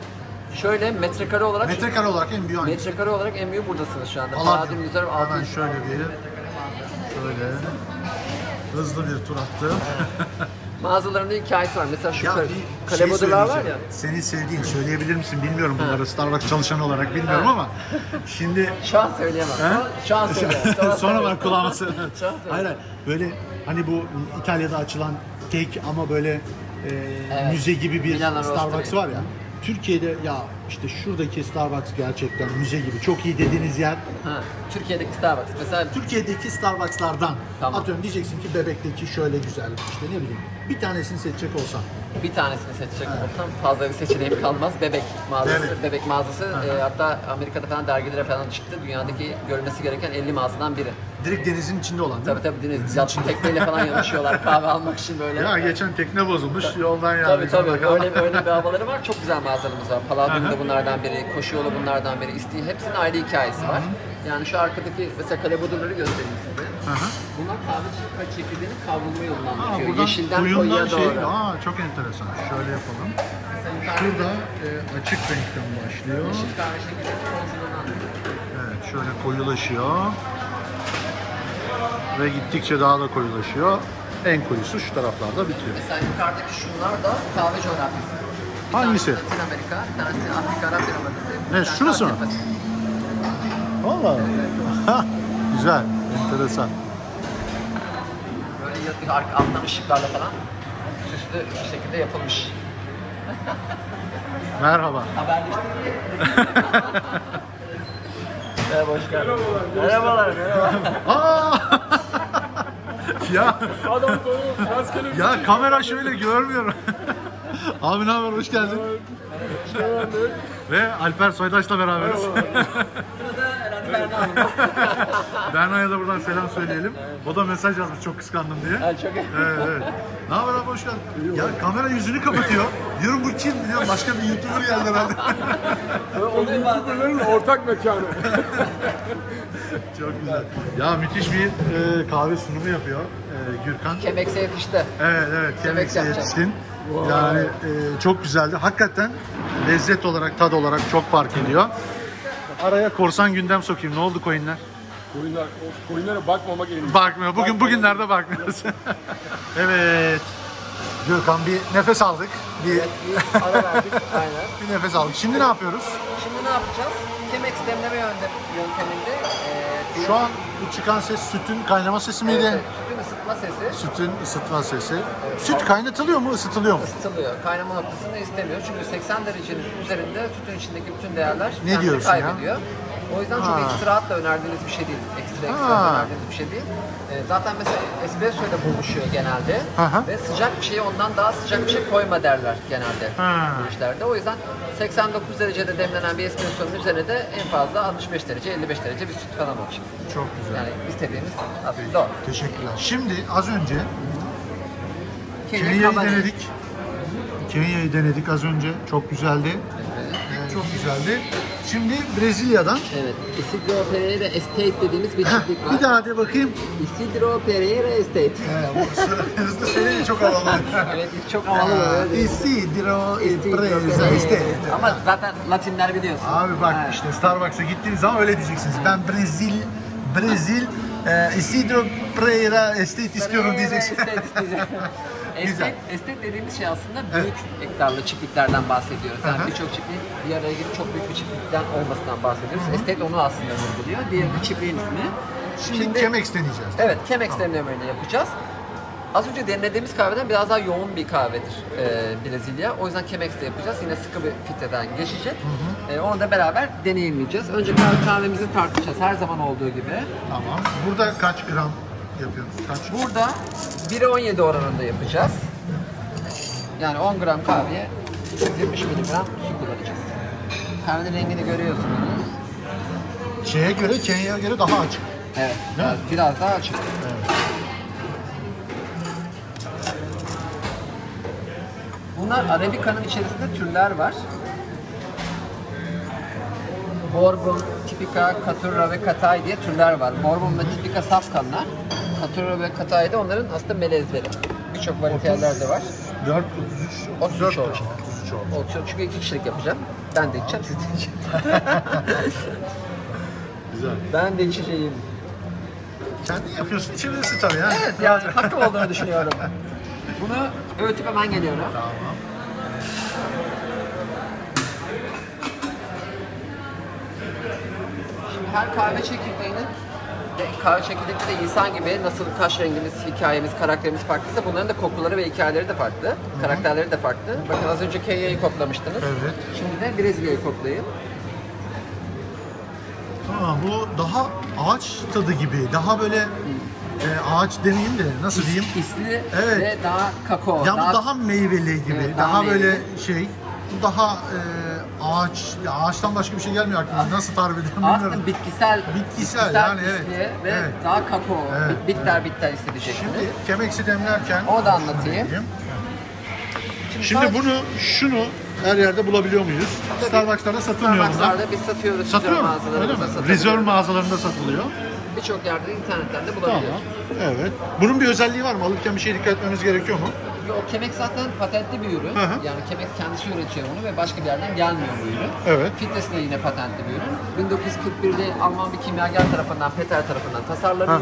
Speaker 2: Şöyle metrekare olarak
Speaker 1: Metrekare olarak en büyüğü hangisi?
Speaker 2: metrekare olarak en büyük buradasınız şu anda.
Speaker 1: Palladium.
Speaker 2: Palladium Reserve
Speaker 1: Hemen
Speaker 2: altı yüz.
Speaker 1: şöyle bir şöyle hızlı bir tur attım.
Speaker 2: Mağazalarında hikayesi var. Mesela şu
Speaker 1: Ya
Speaker 2: kale-
Speaker 1: bir şey
Speaker 2: kalebodular var ya.
Speaker 1: söyleyeceğim. Senin sevdiğin söyleyebilir misin bilmiyorum bunları Starbucks çalışanı olarak bilmiyorum ama şimdi
Speaker 2: Şu an söyleyemem.
Speaker 1: He?
Speaker 2: Ama Şu an söyleyemem.
Speaker 1: Sonra
Speaker 2: söyleyemem.
Speaker 1: ben kulağıma söyle.
Speaker 2: Şu an söyleyemem.
Speaker 1: Hayır hayır. Böyle hani bu İtalya'da açılan tek ama böyle e,
Speaker 2: Evet.
Speaker 1: müze gibi bir
Speaker 2: Milano
Speaker 1: Starbucks
Speaker 2: Roastery.
Speaker 1: var ya. Türkiye'de ya işte şuradaki Starbucks gerçekten müze gibi çok iyi dediğiniz yer
Speaker 2: Ha, Türkiye'deki Starbucks. Mesela
Speaker 1: Türkiye'deki Starbucks'lardan
Speaker 2: Tamam.
Speaker 1: atıyorum diyeceksin ki Bebek'teki şöyle güzel işte ne bileyim bir tanesini seçecek olsan
Speaker 2: bir tanesini seçecek olsam fazla bir seçeneğim kalmaz. Bebek mağazası.
Speaker 1: Bebek.
Speaker 2: Bebek, mağazası e, hatta Amerika'da falan dergilere falan çıktı. Dünyadaki görülmesi gereken elli mağazadan biri.
Speaker 1: direkt denizin içinde olan değil
Speaker 2: Tabii
Speaker 1: mi?
Speaker 2: tabii deniz,
Speaker 1: Denizin
Speaker 2: yat,
Speaker 1: içinde.
Speaker 2: tekneyle falan yanaşıyorlar kahve almak için böyle.
Speaker 1: Ya geçen tekne bozulmuş yoldan yani.
Speaker 2: Tabii tabii öyle öyle bir havaları var. Çok güzel mağazalarımız var. Palladium da bunlardan biri, Koşu Yolu bunlardan biri. İsteği hepsinin ayrı hikayesi var. Yani şu arkadaki mesela kalebodurları göstereyim size.
Speaker 1: Hı hı.
Speaker 2: Bunlar kahve çekirdeğinin kavrulma yolunu
Speaker 1: Aa,
Speaker 2: anlatıyor.
Speaker 1: buradan
Speaker 2: Yeşilden
Speaker 1: koyundan
Speaker 2: koyuya
Speaker 1: şey,
Speaker 2: doğru.
Speaker 1: aa çok enteresan. Şöyle yapalım. Şurada e, açık renkten başlıyor.
Speaker 2: Yeşil kahve çekirdeğinin yolculuğunu anlatıyor.
Speaker 1: Evet, şöyle koyulaşıyor. Ve gittikçe daha da koyulaşıyor. En koyusu şu taraflarda bitiyor.
Speaker 2: Mesela yukarıdaki şunlar da kahve coğrafyası. Bir
Speaker 1: Hangisi?
Speaker 2: tanesi Latin Amerika, bir tanesi Afrika Arap Yarımadası. bir
Speaker 1: Ne,
Speaker 2: tanesi
Speaker 1: şurası mı?
Speaker 2: Asya Pasifik.
Speaker 1: Valla. Hah, güzel, enteresan.
Speaker 2: Böyle yatıyor arka alttan ışıklarla falan süslü bir şekilde yapılmış.
Speaker 1: Merhaba.
Speaker 2: Haberleştik. Merhaba, hoş geldin. Merhabalar, merhaba.
Speaker 1: Aa! ya
Speaker 3: Adam tanıyor, rastgele bir
Speaker 1: ya kamera şöyle görmüyorum. Abi ne haber, hoş geldin.
Speaker 3: şey var.
Speaker 1: Ve Alper Soydaş'la beraberiz.
Speaker 2: Sırada herhalde Berna Hanım.
Speaker 1: Berna'ya da buradan selam söyleyelim. O da mesaj yazmış çok kıskandım diye.
Speaker 2: Ha, çok iyi.
Speaker 1: Evet, evet. Ne haber abi, hoş geldin. Ya kamera yüzünü kapatıyor. Diyorum bu kim? Diyorum başka bir YouTuber geldi herhalde.
Speaker 2: Oluyor bazen.
Speaker 3: Bunların ortak mekanı.
Speaker 1: Çok güzel. Ya müthiş bir e, kahve sunumu yapıyor e, Gürkan.
Speaker 2: Kemekse yetişti.
Speaker 1: Evet evet, Kemek'e
Speaker 2: yapacak.
Speaker 1: yetiştin. Yani e, çok güzeldi. Hakikaten lezzet olarak, tad olarak çok fark ediyor. Araya korsan gündem sokayım. Ne oldu coinler?
Speaker 3: Koyunlar, o koyunlara bakmamak en iyisi.
Speaker 1: Bakmıyor. Bugün bugünlerde bakmıyoruz. Evet. Gürkan, bir nefes aldık. Bir,
Speaker 2: Bir ara verdik, aynen.
Speaker 1: bir nefes aldık. Şimdi ne yapıyoruz?
Speaker 2: Şimdi ne yapacağız? Kemek demleme yöntem, yönteminde e,
Speaker 1: Şu an bu çıkan ses sütün kaynama sesi miydi?
Speaker 2: evet, sütün ısıtma sesi
Speaker 1: Sütün ısıtma sesi. Süt kaynatılıyor mu, ısıtılıyor mu?
Speaker 2: ısıtılıyor. Kaynama noktasını istemiyor. Çünkü seksen derecenin üzerinde sütün içindeki bütün değerler
Speaker 1: Ne
Speaker 2: kendini
Speaker 1: diyorsun ya?
Speaker 2: kaybediyor. O yüzden çok
Speaker 1: Ha.
Speaker 2: ekstraatla önerdiğiniz bir şey değil. Ekstra ekstra
Speaker 1: Ha.
Speaker 2: önerdiğiniz bir şey değil. Ee, zaten mesela espresso ile buluşuyor genelde.
Speaker 1: Hı hı.
Speaker 2: Ve sıcak bir şeye ondan daha sıcak bir şey koyma derler genelde
Speaker 1: Ha.
Speaker 2: bu işlerde. O yüzden seksen dokuz derecede demlenen bir espresso'nun üzerine de en fazla altmış beş derece, elli beş derece bir süt falan olacak.
Speaker 1: Çok güzel.
Speaker 2: Yani istediğimiz aslında o.
Speaker 1: Teşekkürler. Şimdi az önce
Speaker 2: Kenya
Speaker 1: Kenya'yı
Speaker 2: kabari.
Speaker 1: denedik. Kenya'yı denedik az önce. Çok güzeldi. Ee, çok güzeldi. Şimdi Brezilya'dan.
Speaker 2: Evet, Isidro Pereira Estate dediğimiz bir
Speaker 1: Heh,
Speaker 2: çiftlik var.
Speaker 1: bir daha de bakayım.
Speaker 2: Isidro Pereira Estate.
Speaker 1: Ee, bu sıra- hızlı söyleyince çok havalı.
Speaker 2: Evet, çok havalı böyle.
Speaker 1: Isidro
Speaker 2: Isidro
Speaker 1: Preza
Speaker 2: Pereira.
Speaker 1: işte.
Speaker 2: Ama zaten Latinler biliyorsun.
Speaker 1: Abi bak
Speaker 2: Ha.
Speaker 1: işte Starbucks'a gittiğiniz zaman öyle diyeceksiniz. Ben Brezil, Brezil, e, Isidro Pereira Estate istiyorum
Speaker 2: Pereira
Speaker 1: diyeceksiniz.
Speaker 2: Estate isteyeceğim.
Speaker 1: Güzel.
Speaker 2: Estate, estate dediğimiz şey aslında büyük hektarlı çiftliklerden bahsediyoruz. Yani
Speaker 1: Aha.
Speaker 2: birçok çiftliğin bir araya gelip çok büyük bir çiftlikten olmasından bahsediyoruz. Estate onu aslında vurguluyor. Diğeri de çiftliğin ismi.
Speaker 1: Şimdi Chemex deneyeceğiz.
Speaker 2: Evet, Chemex demlemeyle yapacağız. Az önce demlediğimiz kahveden biraz daha yoğun bir kahvedir e, Brezilya. O yüzden Chemex'te yapacağız. Yine sıkı bir filtreden geçecek. E, onu da beraber deneyimleyeceğiz. Önce kahve kahvemizi tartacağız her zaman olduğu gibi.
Speaker 1: Tamam. Burada kaç gram yapıyoruz? Kaç?
Speaker 2: Burada bire on yedi oranında yapacağız. Yani on gram kahveye yüz yetmiş miligram su kullanacağız. Kahvenin rengini görüyorsunuz.
Speaker 1: Şeye göre, Kenya'ya göre daha açık.
Speaker 2: Evet,
Speaker 1: Değil mi?
Speaker 2: biraz, biraz daha açık.
Speaker 1: Evet.
Speaker 2: Bunlar Arabica'nın içerisinde türler var. Bourbon, Tipica, Caturra ve Katay diye türler var. Bourbon ve Tipica saf kanlar. Caturra ve Katay da onların aslında melezleri. Birçok variteler de var.
Speaker 1: dört, otuz üç,
Speaker 2: otuz üç olacak.
Speaker 1: otuz üç oldu.
Speaker 2: Olsun çünkü iki kişilik yapacağım. Ben de içeceğim, siz de içeceğim.
Speaker 1: Güzel.
Speaker 2: Ben de içeceğim.
Speaker 1: Kendin yapıyorsun, içebilirsin tabii ya.
Speaker 2: Evet yani hakkım olduğunu düşünüyorum. Bunu öğütüp hemen geliyorum.
Speaker 1: Tamam.
Speaker 2: Şimdi her kahve çekirdeğinin ve kahve çekirdekte de insan gibi nasıl kaş rengimiz, hikayemiz, karakterimiz farklıysa bunların da kokuları ve hikayeleri de farklı. Karakterleri de farklı. Bakın az önce Kenya'yı koklamıştınız.
Speaker 1: Evet.
Speaker 2: Şimdi de Brezilya'yı koklayayım.
Speaker 1: Tamam, bu daha ağaç tadı gibi, daha böyle e, ağaç demeyeyim de nasıl diyeyim?
Speaker 2: İsli
Speaker 1: Evet.
Speaker 2: ve daha kakao.
Speaker 1: Ya bu daha meyveli gibi,
Speaker 2: Evet,
Speaker 1: daha,
Speaker 2: daha
Speaker 1: böyle
Speaker 2: meyveli.
Speaker 1: şey, bu daha e, ağaç, ya ağaçtan başka bir şey gelmiyor aklıma. Nasıl tarif edeyim bilmiyorum.
Speaker 2: aslında bitkisel,
Speaker 1: Bitkisel, yani evet.
Speaker 2: isli ve
Speaker 1: Evet.
Speaker 2: daha kakao,
Speaker 1: Evet,
Speaker 2: bit- bitter bitter hissedeceksiniz.
Speaker 1: Şimdi Chemex'i demlerken
Speaker 2: O da anlatayım.
Speaker 1: Şimdi
Speaker 2: sadece-
Speaker 1: bunu, şunu her yerde bulabiliyor muyuz? Starbucks'larda satılmıyor bunlar.
Speaker 2: Starbucks'larda biz satıyoruz.
Speaker 1: Satıyor
Speaker 2: Reserve
Speaker 1: mu? Öyle
Speaker 2: mağazalarımızda
Speaker 1: mi?
Speaker 2: satıyoruz.
Speaker 1: Reserve mağazalarında satılıyor.
Speaker 2: Birçok yerde internetten de
Speaker 1: Tamam.
Speaker 2: bulabiliyoruz.
Speaker 1: Evet. Bunun bir özelliği var mı? Alırken bir şey dikkat etmemiz gerekiyor mu?
Speaker 2: O Chemex zaten patentli bir ürün.
Speaker 1: Hı hı.
Speaker 2: Yani Chemex kendisi üretiyor bunu ve başka bir yerden gelmiyor bu ürün.
Speaker 1: Evet.
Speaker 2: Filtresi de yine patentli bir ürün. bin dokuz yüz kırk birde Alman bir kimyager tarafından, Peter tarafından tasarlanıyor.
Speaker 1: Hı hı.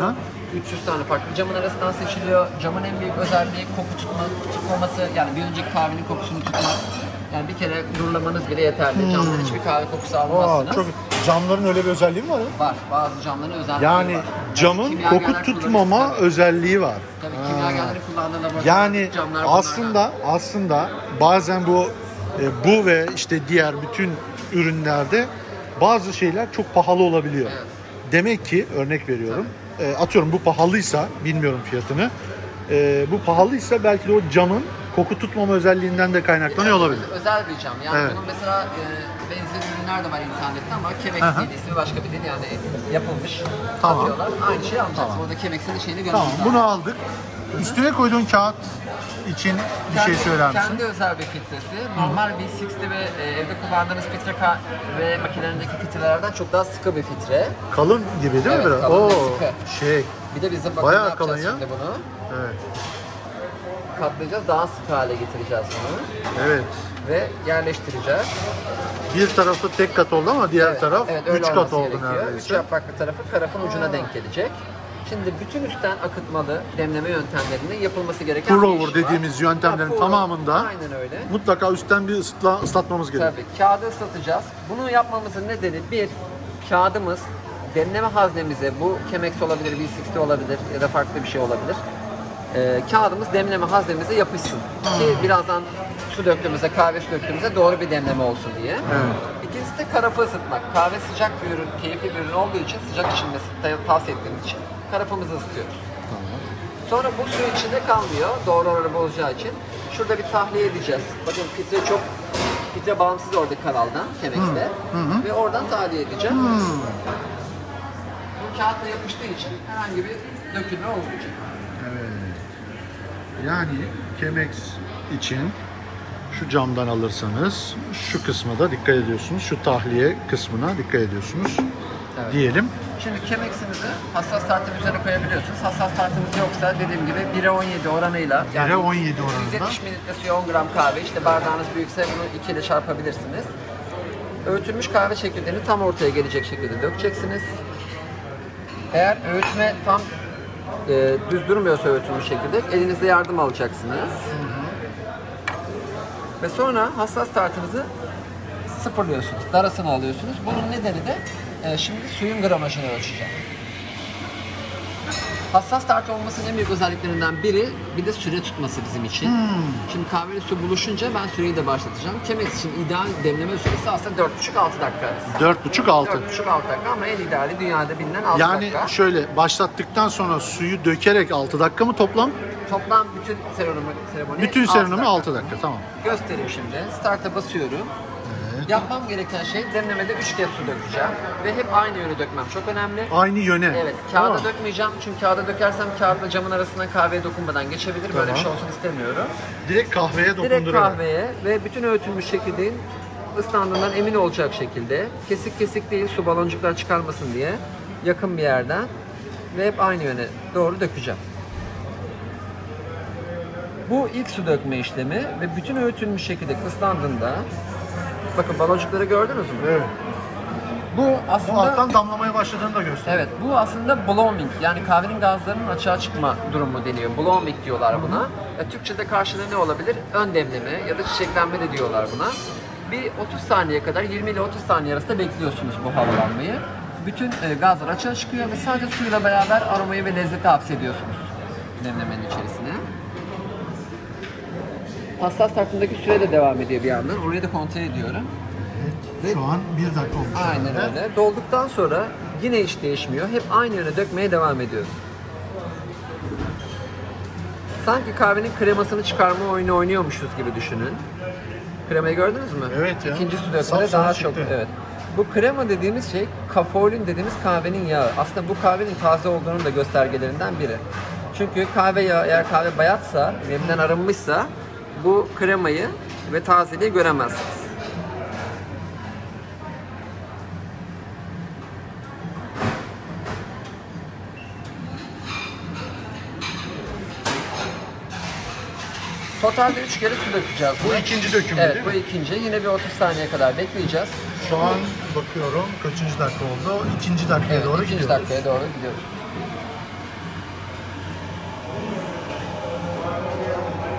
Speaker 2: üç yüz tane farklı camın arasından seçiliyor. Camın en büyük özelliği koku tutma, tutmaması, yani bir önceki kahvenin kokusunu tutmaz. Yani bir kere durulamanız bile yeterli. Camdan hiçbir kahve kokusu
Speaker 1: Aa,
Speaker 2: almazsınız.
Speaker 1: çok camların öyle bir özelliği mi var? ya?
Speaker 2: Var. Bazı camların özellikleri
Speaker 1: Yani
Speaker 2: var.
Speaker 1: camın
Speaker 2: Kimyagerler
Speaker 1: koku tutmama
Speaker 2: kullanıyor. Tabii.
Speaker 1: özelliği var.
Speaker 2: Tabii
Speaker 1: Ha.
Speaker 2: kimyagerleri kullandığı laboratuvar
Speaker 1: Yani
Speaker 2: camlar bunlardan.
Speaker 1: aslında aslında bazen bu e, bu ve işte diğer bütün ürünlerde bazı şeyler çok pahalı olabiliyor.
Speaker 2: Evet.
Speaker 1: Demek ki örnek veriyorum. e, atıyorum bu pahalıysa, bilmiyorum fiyatını. e, bu pahalıysa belki de o camın koku tutmama özelliğinden de kaynaklanıyor olabilir.
Speaker 2: Özel bir cam. Yani
Speaker 1: Evet.
Speaker 2: bunun mesela e, benzer ürünler de var internette ama Chemex
Speaker 1: Aha.
Speaker 2: diye ismi başka bir değil, yani yapılmış.
Speaker 1: Tamam.
Speaker 2: Satıyorlar. Aynı şeyi alacaksın.
Speaker 1: Tamam.
Speaker 2: Orada Chemex'in de şeyini
Speaker 1: Tamam,
Speaker 2: görmemiz
Speaker 1: bunu aldık. Üstüne koyduğun kağıt için bir şey söyler misin?
Speaker 2: Kendi özel bir filtresi. Normal V altmış ve e, evde kullandığınız filtre kahve makinelerindeki filtrelerden çok daha sıkı bir filtre.
Speaker 1: Kalın gibi değil
Speaker 2: Evet,
Speaker 1: mi biraz?
Speaker 2: kalın ve
Speaker 1: Oo,
Speaker 2: sıkı.
Speaker 1: şey.
Speaker 2: Bir de bizim bakın
Speaker 1: Bayağı
Speaker 2: ne yapacağız
Speaker 1: kalın ya.
Speaker 2: şimdi bunu.
Speaker 1: Evet.
Speaker 2: Katlayacağız, daha sıkı hale getireceğiz bunu.
Speaker 1: Evet.
Speaker 2: Ve yerleştireceğiz.
Speaker 1: Bir tarafı tek kat oldu ama diğer
Speaker 2: Evet,
Speaker 1: taraf
Speaker 2: evet, öyle
Speaker 1: üç kat
Speaker 2: olması
Speaker 1: oldu
Speaker 2: gerekiyor. Üç
Speaker 1: neredeyse.
Speaker 2: yapraklı tarafı karafın ucuna denk gelecek. Şimdi bütün üstten akıtmalı demleme yöntemlerinin yapılması gereken
Speaker 1: Pour
Speaker 2: bir
Speaker 1: over
Speaker 2: iş var.
Speaker 1: dediğimiz yöntemlerin
Speaker 2: Ha, pour
Speaker 1: tamamında
Speaker 2: over. Aynen öyle.
Speaker 1: mutlaka üstten bir ısıtla, ıslatmamız gerekiyor.
Speaker 2: Tabii kağıdı ıslatacağız. Bunu yapmamızın nedeni bir, kağıdımız demleme haznemize, bu Chemex olabilir, V altmış olabilir ya da farklı bir şey olabilir. Ee, kağıdımız demleme haznemize yapışsın. Ki birazdan su döktüğümüzde, kahve su döktüğümüzde doğru bir demleme olsun diye.
Speaker 1: Evet.
Speaker 2: İkincisi de karafı ısıtmak. Kahve sıcak bir ürün, keyifli bir ürün olduğu için, sıcak içilmesi tavsiye ettiğimiz için karafımızı ısıtıyoruz. Sonra bu su içinde kalmıyor, doğru oranı bozacağı için. Şurada bir tahliye edeceğiz. Bakın filtre çok, filtre bağımsız oradaki kanaldan, Chemex'te. Ve oradan tahliye edeceğim. Bu kağıtla yapıştığı için herhangi bir dökülme olmayacak.
Speaker 1: Evet. Yani Chemex için şu camdan alırsanız şu kısma da dikkat ediyorsunuz. Şu tahliye kısmına dikkat ediyorsunuz.
Speaker 2: Evet.
Speaker 1: Diyelim.
Speaker 2: Şimdi Chemex'imizi hassas tartım üzerine koyabiliyorsunuz. Hassas tartımız yoksa dediğim gibi bire on yedi oranıyla,
Speaker 1: bire on yedi oranında.
Speaker 2: yüz yetmiş mililitre suya on gram kahve, işte bardağınız büyükse bunu iki ile çarpabilirsiniz. Öğütülmüş kahve çekirdeğini tam ortaya gelecek şekilde dökeceksiniz. Eğer öğütme tam e, düz durmuyorsa öğütülmüş çekirdek, elinizde yardım alacaksınız. Ve sonra hassas tartınızı sıfırlıyorsunuz, darasını alıyorsunuz. Bunun nedeni de e, şimdi suyun gramajını ölçeceğim. Hassas tartı olmasının en büyük özelliklerinden biri bir de süre tutması bizim için. Şimdi kahve ile su buluşunca ben süreyi de başlatacağım. Chemex için ideal demleme süresi aslında dört buçuk altı dakika arası.
Speaker 1: dört buçuk altı.
Speaker 2: dört buçuk altı dakika ama en ideali dünyada bilinen altı
Speaker 1: Yani
Speaker 2: dakika.
Speaker 1: şöyle başlattıktan sonra suyu dökerek altı dakika mı toplam?
Speaker 2: Toplam bütün seremoni, seremoni
Speaker 1: Bütün
Speaker 2: altı
Speaker 1: serenimi
Speaker 2: dakika.
Speaker 1: altı dakika, tamam.
Speaker 2: Göstereyim şimdi. Start'a basıyorum. Yapmam gereken şey demlemede üç kez su dökeceğim. Ve hep aynı yöne dökmem çok önemli.
Speaker 1: Aynı yöne.
Speaker 2: Evet, kağıda
Speaker 1: Tamam.
Speaker 2: dökmeyeceğim çünkü kağıda dökersem kağıda camın arasından kahveye dokunmadan geçebilir. Böyle bir
Speaker 1: Tamam.
Speaker 2: şey olsun istemiyorum.
Speaker 1: Direkt kahveye
Speaker 2: Direkt
Speaker 1: dokundurarak.
Speaker 2: kahveye ve bütün öğütülmüş çekirdeğin ıslandığından emin olacak şekilde, kesik kesik değil, su baloncuklar çıkarmasın diye yakın bir yerden ve hep aynı yöne doğru dökeceğim. Bu ilk su dökme işlemi ve bütün öğütülmüş çekirdek ıslandığında, bakın baloncukları gördünüz mü?
Speaker 1: Evet.
Speaker 2: Bu
Speaker 1: Bu
Speaker 2: aslında
Speaker 1: alttan damlamaya başladığını da gösteriyor.
Speaker 2: Evet, bu aslında blowing, yani kahvenin gazlarının açığa çıkma durumu deniyor. Blowing diyorlar buna. E, Türkçe'de karşılığı ne olabilir? Ön demleme ya da çiçeklenme de diyorlar buna. Bir otuz saniye kadar, yirmi ile otuz saniye arasında bekliyorsunuz bu havalanmayı. Bütün e, gazlar açığa çıkıyor ve sadece suyla beraber aromayı ve lezzeti hapsediyorsunuz demlemenin içerisine. Hassas tartımdaki süre de devam ediyor bir yandan. Orayı da kontrol ediyorum.
Speaker 1: Şu an bir dakika olmuş.
Speaker 2: Aynen
Speaker 1: herhalde.
Speaker 2: öyle. Dolduktan sonra yine hiç değişmiyor. Hep aynı yöne dökmeye devam ediyorum. Sanki kahvenin kremasını çıkarma oyunu oynuyormuşuz gibi düşünün. Kremayı gördünüz mü?
Speaker 1: Evet ya.
Speaker 2: İkinci su dökmede
Speaker 1: Sapsarı
Speaker 2: daha
Speaker 1: çıktı.
Speaker 2: çok. Evet. Bu krema dediğimiz şey kafolin dediğimiz kahvenin yağı. Aslında bu kahvenin taze olduğunun da göstergelerinden biri. Çünkü kahve yağı eğer kahve bayatsa, nemden arınmışsa bu kremayı ve tazeliği göremezsiniz. Totalde üç kere su dökeceğiz.
Speaker 1: Bu ikinci döküm
Speaker 2: Evet,
Speaker 1: değil
Speaker 2: bu
Speaker 1: mi?
Speaker 2: ikinci. Yine bir otuz saniye kadar bekleyeceğiz.
Speaker 1: Şu an bakıyorum kaçıncı dakika oldu? İkinci dakikaya
Speaker 2: Evet,
Speaker 1: doğru
Speaker 2: ikinci
Speaker 1: gidiyoruz.
Speaker 2: dakikaya doğru gidiyoruz.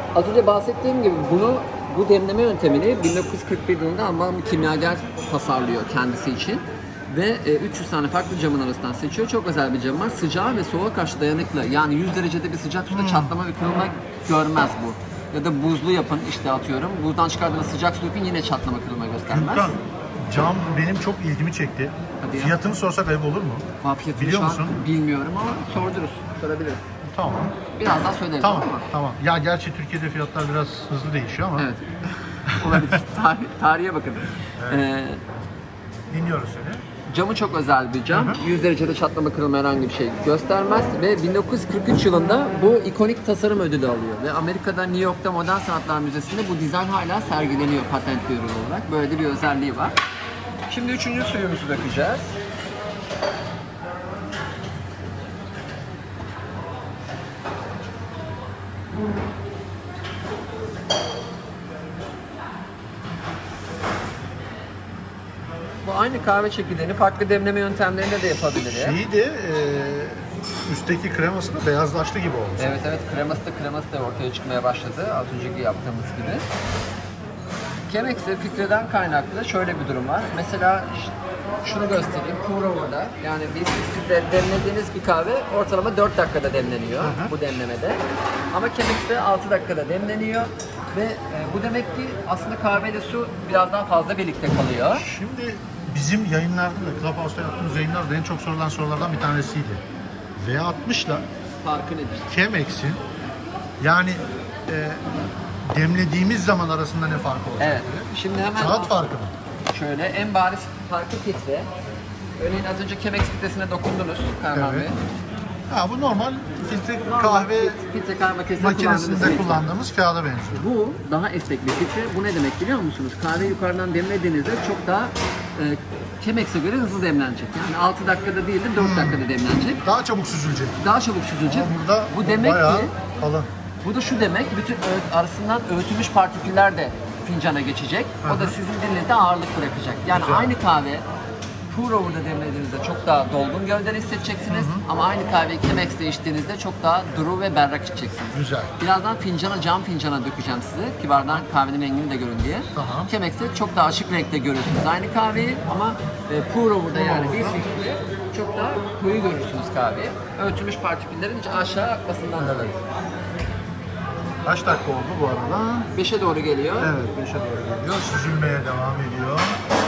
Speaker 2: Az önce bahsettiğim gibi bunu bu demleme yöntemini bin dokuz yüz kırk bir yılında Alman bir kimyager tasarlıyor kendisi için. Ve e, üç yüz tane farklı camın arasından seçiyor. Çok özel bir cam var. Sıcağa ve soğuğa karşı dayanıklı. Yani yüz derecede bir sıcak suda çatlama ve kırılma görmez bu. Ya da buzlu yapın işte atıyorum. Buzdan çıkardığınız sıcak su dökün yine çatlama kırılma göstermez.
Speaker 1: Gürkan, cam benim çok ilgimi çekti.
Speaker 2: Hadi ya.
Speaker 1: Fiyatını sorsak ayıp olur mu?
Speaker 2: Ha, fiyatını
Speaker 1: Biliyor
Speaker 2: şu an
Speaker 1: musun?
Speaker 2: bilmiyorum ama sorduruz. Sorabiliriz.
Speaker 1: Tamam.
Speaker 2: Birazdan söyleriz
Speaker 1: Tamam,
Speaker 2: ama.
Speaker 1: tamam. Ya gerçi Türkiye'de fiyatlar biraz hızlı değişiyor ama
Speaker 2: Evet. Olabilir. Tarih, tarihe bakın. Ee,
Speaker 1: dinliyoruz seni.
Speaker 2: Camı çok özel bir cam.
Speaker 1: Hı hı.
Speaker 2: yüz derecede çatlama kırılma herhangi bir şey göstermez ve bin dokuz yüz kırk üç yılında bu ikonik tasarım ödülü alıyor ve Amerika'da New York'ta Modern Sanatlar Müzesi'nde bu dizayn hala sergileniyor patentli ürün olarak. Böyle de bir özelliği var. Şimdi üçüncü suyumuzu dökeceğiz. Bu aynı kahve çekirdeğini farklı demleme yöntemlerinde de yapabiliriz.
Speaker 1: Şeyi de e, üstteki kreması da beyazlaştı gibi olmuş.
Speaker 2: Evet evet, kreması da kreması da ortaya çıkmaya başladı az önceki yaptığımız gibi. Chemex'e filtreden kaynaklı şöyle bir durum var. Mesela ş- şunu göstereyim. Pour over'da yani bir sizde demlediğiniz bir kahve ortalama dört dakikada demleniyor
Speaker 1: Hı hı.
Speaker 2: bu demlemede. Ama Chemex'te altı dakikada demleniyor ve e, bu demek ki aslında kahveyle su biraz daha fazla birlikte kalıyor.
Speaker 1: Şimdi bizim yayınlarda da Clubhouse'da yaptığımız yayınlarda en çok sorulan sorulardan bir tanesiydi. V altmış ile
Speaker 2: Farkı nedir?
Speaker 1: Chemex'in yani e, demlediğimiz zaman arasında ne farkı olacak?
Speaker 2: Evet.
Speaker 1: diye.
Speaker 2: Şimdi hemen
Speaker 1: Kağıt farkı mı?
Speaker 2: şöyle en bariz farkı filtre. Örneğin az önce Chemex filtresine dokundunuz Kayman
Speaker 1: Evet.
Speaker 2: Bey.
Speaker 1: Ha, bu normal filtre
Speaker 2: Normal
Speaker 1: kahve
Speaker 2: fil- filtre kahve makinesinde, kullandığımız
Speaker 1: makinesinde
Speaker 2: filtre.
Speaker 1: kullandığımız kağıda benziyor.
Speaker 2: Bu daha esnek bir filtre. Bu ne demek biliyor musunuz? Kahve yukarıdan demlediğinizde çok daha e, Chemex'e göre hızlı demlenecek. Yani altı dakikada değil de dört dakikada demlenecek.
Speaker 1: Daha çabuk süzülecek.
Speaker 2: Daha çabuk süzülecek.
Speaker 1: Ama burada
Speaker 2: bu demek
Speaker 1: bayağı
Speaker 2: ki
Speaker 1: kalın.
Speaker 2: bu da şu demek, bütün öğüt, arasından öğütülmüş partiküller de fincana geçecek. O
Speaker 1: Hı
Speaker 2: da
Speaker 1: hı.
Speaker 2: sizin dilinizde ağırlık bırakacak. Yani
Speaker 1: Güzel.
Speaker 2: aynı kahve pour over'da demlediğinizde çok daha dolgun gövdeli hissedeceksiniz. Ama aynı kahveyi Chemex'te içtiğinizde çok daha duru ve berrak içeceksiniz.
Speaker 1: Güzel.
Speaker 2: Birazdan fincana, cam fincana dökeceğim size ki bardağın kahvenin rengini de görün diye.
Speaker 1: Tamam.
Speaker 2: Chemex'te çok daha açık renkte görürsünüz aynı kahveyi ama e, pour over'da yani bir sixty'de çok daha koyu görürsünüz kahveyi. Öğütülmüş partiküllerin hiç aşağı akmasından dolayı.
Speaker 1: Kaç dakika oldu bu arada?
Speaker 2: beşe doğru geliyor.
Speaker 1: Evet, beşe doğru geliyor. Süzülmeye devam ediyor.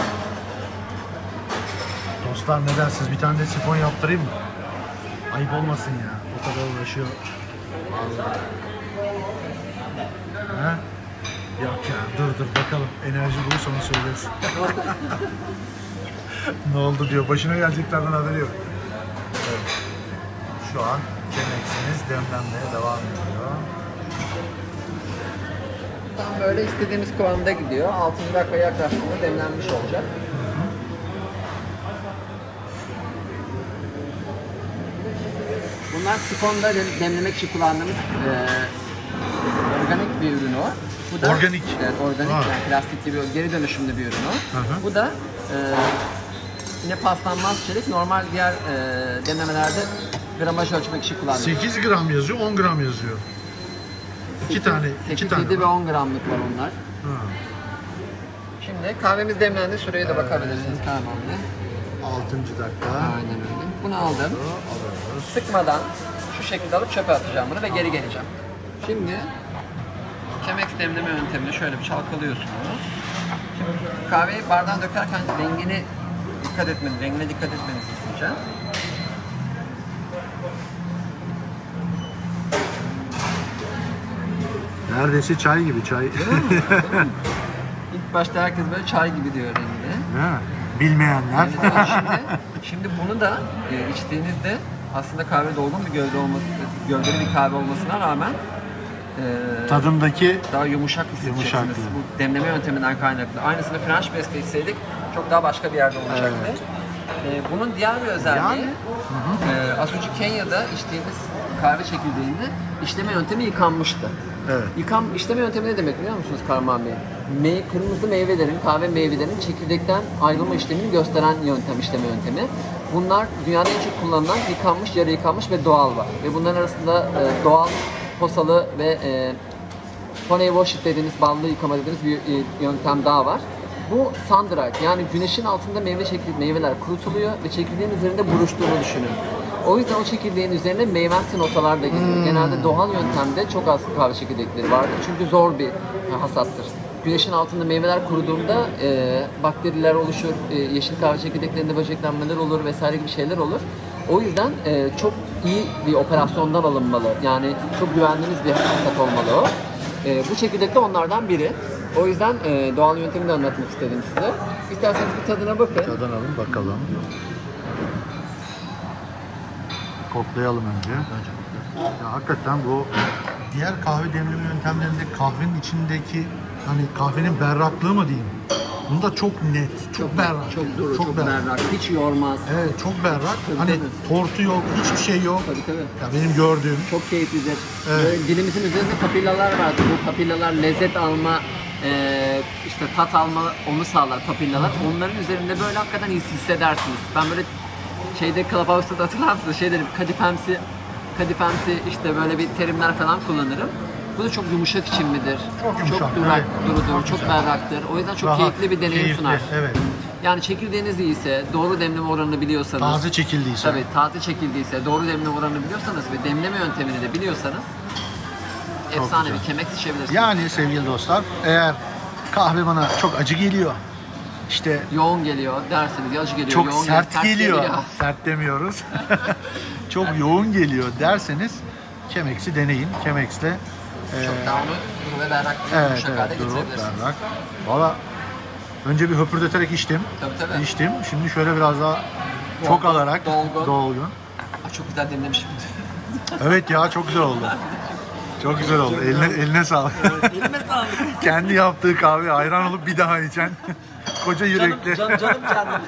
Speaker 1: Dostlar neden siz bir tane de sifon yaptırayım mı? Ayıp olmasın ya. O kadar uğraşıyor. Vallahi. He? Yok ya, dur dur bakalım. Enerji bulursa onu söyleriz. Ne oldu diyor. Başına geleceklerden haberi yok. Evet. Şu an Chemex'imiz demlenmeye devam ediyor.
Speaker 2: Tam böyle istediğimiz kıvamda gidiyor. altıncı dakikaya yaklaştığında demlenmiş olacak. Bunlar sifonda dem- demlemek için kullandığımız eee, organik bir ürün o. Bu da,
Speaker 1: Organik.
Speaker 2: Evet, organik.
Speaker 1: Ha.
Speaker 2: Yani plastikli bir, geri dönüşümlü bir ürün o.
Speaker 1: Hı hı.
Speaker 2: Bu da eee, yine paslanmaz çelik. Normal diğer eee, demlemelerde gramaj ölçmek için kullanıyoruz.
Speaker 1: sekiz gram yazıyor, on gram yazıyor. İki tane, iki
Speaker 2: sekiz,
Speaker 1: tane.
Speaker 2: yedi ve on gramlık var onlar.
Speaker 1: Ha.
Speaker 2: Şimdi kahvemiz demlendi. Süreye de bakabilirsiniz kahvemde.
Speaker 1: Altıncı dakika.
Speaker 2: Aynen öyle. Bunu aldım.
Speaker 1: Alıyoruz.
Speaker 2: Sıkmadan şu şekilde alıp çöpe atacağım bunu ve geri geleceğim. Şimdi Chemex demleme yöntemini şöyle bir çalkalıyorsunuz. Şimdi kahveyi bardağına dökerken rengini dikkat etmeniz, rengine dikkat etmenizi isteyeceğim.
Speaker 1: Neredeyse çay gibi çay.
Speaker 2: İlk başta herkes böyle çay gibi diyor rengine.
Speaker 1: Ha, bilmeyenler.
Speaker 2: Yani şimdi, şimdi bunu da e, içtiğinizde aslında kahve dolgun bir gövde olması, gövdeli bir kahve olmasına rağmen e,
Speaker 1: Tadındaki
Speaker 2: daha yumuşak hissedeceksiniz.
Speaker 1: Yumuşaklığı.
Speaker 2: Bu demleme yönteminden kaynaklı. Aynısını French press'te içseydik çok daha başka bir yerde olacaktı.
Speaker 1: Evet.
Speaker 2: Ee, bunun diğer bir özelliği,
Speaker 1: Yani-
Speaker 2: e, az önce Kenya'da içtiğimiz kahve çekirdeğinde işleme yöntemi yıkanmıştı.
Speaker 1: Evet.
Speaker 2: Yıkan, işleme yöntemi ne demek biliyor musunuz Karman Bey? Me kırmızı meyvelerin, kahve meyvelerinin çekirdekten ayrılma işlemini gösteren yöntem, işleme yöntemi. Bunlar dünyada en çok kullanılan yıkanmış, yarı yıkanmış ve doğal var. Ve bunların arasında e, doğal, posalı ve e, Honey washing dediğimiz, ballı yıkama dediğimiz bir e, yöntem daha var. Bu sun dry, yani güneşin altında meyve çekirdeği, meyveler kurutuluyor ve çekirdeğin üzerinde buruştuğunu düşünün. O yüzden o çekirdeğin üzerine meyvemsi notalar da geliyor.
Speaker 1: Hmm.
Speaker 2: Genelde doğal yöntemde çok az kahve çekirdekleri vardır çünkü zor bir hasattır. Güneşin altında meyveler kuruduğunda e, bakteriler oluşur, e, yeşil kahve çekirdeklerinde böceklenmeler olur vesaire gibi şeyler olur. O yüzden e, çok iyi bir operasyondan alınmalı. Yani çok güvendiğiniz bir hasat olmalı o. E, bu çekirdek de onlardan biri. O yüzden e, doğal yöntemini de anlatmak istedim size. İsterseniz bir tadına bakın.
Speaker 1: Tadına alalım bakalım. Koklayalım önce. Ya hakikaten bu diğer kahve demleme yöntemlerinde kahvenin içindeki hani kahvenin berraklığı mı diyeyim? Bunda çok net, çok, berrak.
Speaker 2: Çok duru, çok,
Speaker 1: berrak.
Speaker 2: berrak. Hiç yormaz.
Speaker 1: Evet, çok berrak.
Speaker 2: Tabii,
Speaker 1: hani
Speaker 2: tabii.
Speaker 1: tortu yok, hiçbir şey yok.
Speaker 2: Tabii tabii.
Speaker 1: Ya benim gördüğüm.
Speaker 2: Çok keyiflidir.
Speaker 1: Evet.
Speaker 2: Böyle dilimizin üzerinde papillalar vardır. Bu papillalar lezzet alma, e, işte tat alma onu sağlar papillalar. Onların üzerinde böyle hakikaten his- hissedersiniz. Ben böyle şeyde Clubhouse'da da hatırlar mısınız? Şey derim, kadifemsi, kadifemsi işte böyle bir terimler falan kullanırım. Bu da çok yumuşak içimlidir.
Speaker 1: Çok yumuşak,
Speaker 2: Çok durak,
Speaker 1: evet.
Speaker 2: durudur,
Speaker 1: Çok
Speaker 2: çok,
Speaker 1: güzel.
Speaker 2: berraktır. O yüzden çok
Speaker 1: Rahat,
Speaker 2: keyifli bir deneyim
Speaker 1: keyifli,
Speaker 2: sunar.
Speaker 1: Evet.
Speaker 2: Yani çekirdeğiniz iyiyse, doğru demleme oranını biliyorsanız,
Speaker 1: Taze çekildiyse.
Speaker 2: tabii taze çekildiyse, doğru demleme oranını biliyorsanız ve demleme yöntemini de biliyorsanız efsane
Speaker 1: güzel.
Speaker 2: bir kemek içebilirsiniz.
Speaker 1: Yani sevgili dostlar, eğer kahve bana çok acı geliyor, işte
Speaker 2: Yoğun geliyor derseniz, acı geliyor,
Speaker 1: çok
Speaker 2: yoğun
Speaker 1: sert,
Speaker 2: geliyor,
Speaker 1: geliyor, sert demiyoruz, çok yoğun geliyor derseniz Chemex'i deneyin. Chemex'le e,
Speaker 2: Çok daha onu duru ve berrak bir
Speaker 1: evet,
Speaker 2: yumuşak hale
Speaker 1: evet, duru,
Speaker 2: getirebilirsiniz.
Speaker 1: berrak. Valla önce bir höpürdeterek içtim,
Speaker 2: Tabii tabii.
Speaker 1: içtim. Şimdi şöyle biraz daha çok
Speaker 2: Dolgun,
Speaker 1: alarak,
Speaker 2: dolgun.
Speaker 1: dolgun.
Speaker 2: Ay, çok güzel demlemişim.
Speaker 1: Evet ya, çok güzel oldu. Çok güzel oldu. Eline, eline sağlık.
Speaker 2: Elime sağlık.
Speaker 1: Kendi yaptığı kahve hayran olup bir daha içen koca yürekli.
Speaker 2: Canım, can, canım kendim.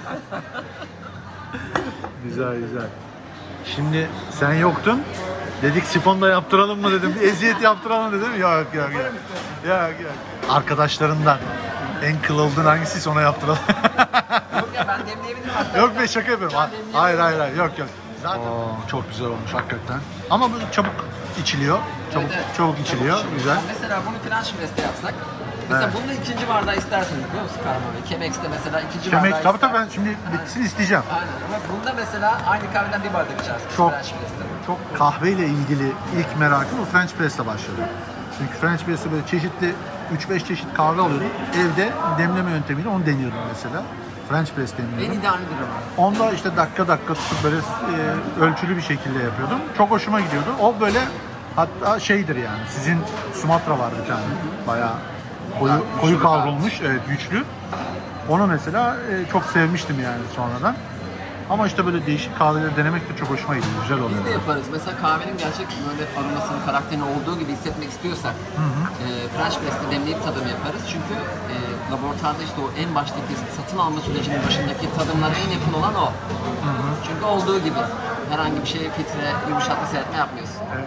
Speaker 1: Güzel güzel. Şimdi sen yoktun. Dedik sifon da yaptıralım mı dedim. Bir eziyet yaptıralım dedim. Yok yok yok. Yok yok. Arkadaşlarından en kıl olduğun hangisi ona yaptıralım.
Speaker 2: Yok ya, ben demleyebilirim hatta.
Speaker 1: Yok be, şaka yapıyorum. Ha- Hayır hayır hayır. Yok yok. Zaten çok güzel olmuş hakikaten. Ama bu çabuk içiliyor. Çabuk
Speaker 2: Evet, evet.
Speaker 1: çabuk içiliyor. Güzel.
Speaker 2: Mesela bunu French press'te yapsak. Mesela
Speaker 1: Evet.
Speaker 2: bunun ikinci bardağı isterseniz biliyor musun Karma Bey? Chemex'te mesela ikinci
Speaker 1: Chemex
Speaker 2: bardağı
Speaker 1: tabii
Speaker 2: ister.
Speaker 1: tabii, ben şimdi bitsin isteyeceğim.
Speaker 2: Aynen, ama bunda mesela aynı kahveden bir bardak içersiniz
Speaker 1: Çok.
Speaker 2: French press'te.
Speaker 1: Çok kahveyle ilgili ilk merakım o French Press'le başladı. Çünkü French Press'te böyle çeşitli üç beş çeşit kahve alıyordum. Evde demleme yöntemiyle onu deniyordum mesela. French Press
Speaker 2: En
Speaker 1: demliyordum.
Speaker 2: idealidir ama.
Speaker 1: Onda işte dakika dakika tutup böyle e, ölçülü bir şekilde yapıyordum. Çok hoşuma gidiyordu. O böyle hatta şeydir yani, sizin Sumatra var bir tane. Bayağı koyu,
Speaker 2: Güçlü
Speaker 1: koyu
Speaker 2: bir kahve.
Speaker 1: kavrulmuş, evet, güçlü. Onu mesela e, çok sevmiştim yani sonradan. Ama işte böyle değişik kahveleri denemek de çok hoşuma gidiyor. Güzel oluyor.
Speaker 2: Biz de yaparız. Mesela kahvenin gerçek böyle aromasını, karakterini olduğu gibi hissetmek istiyorsak e, French press'te demleyip tadım yaparız. Çünkü e, laboratuvarda işte o en baştaki satın alma sürecinin başındaki tadımlara en yakın olan o. Çünkü olduğu gibi herhangi bir şeye filtre, yumuşatma, seyretme yapmıyorsun.
Speaker 1: Evet.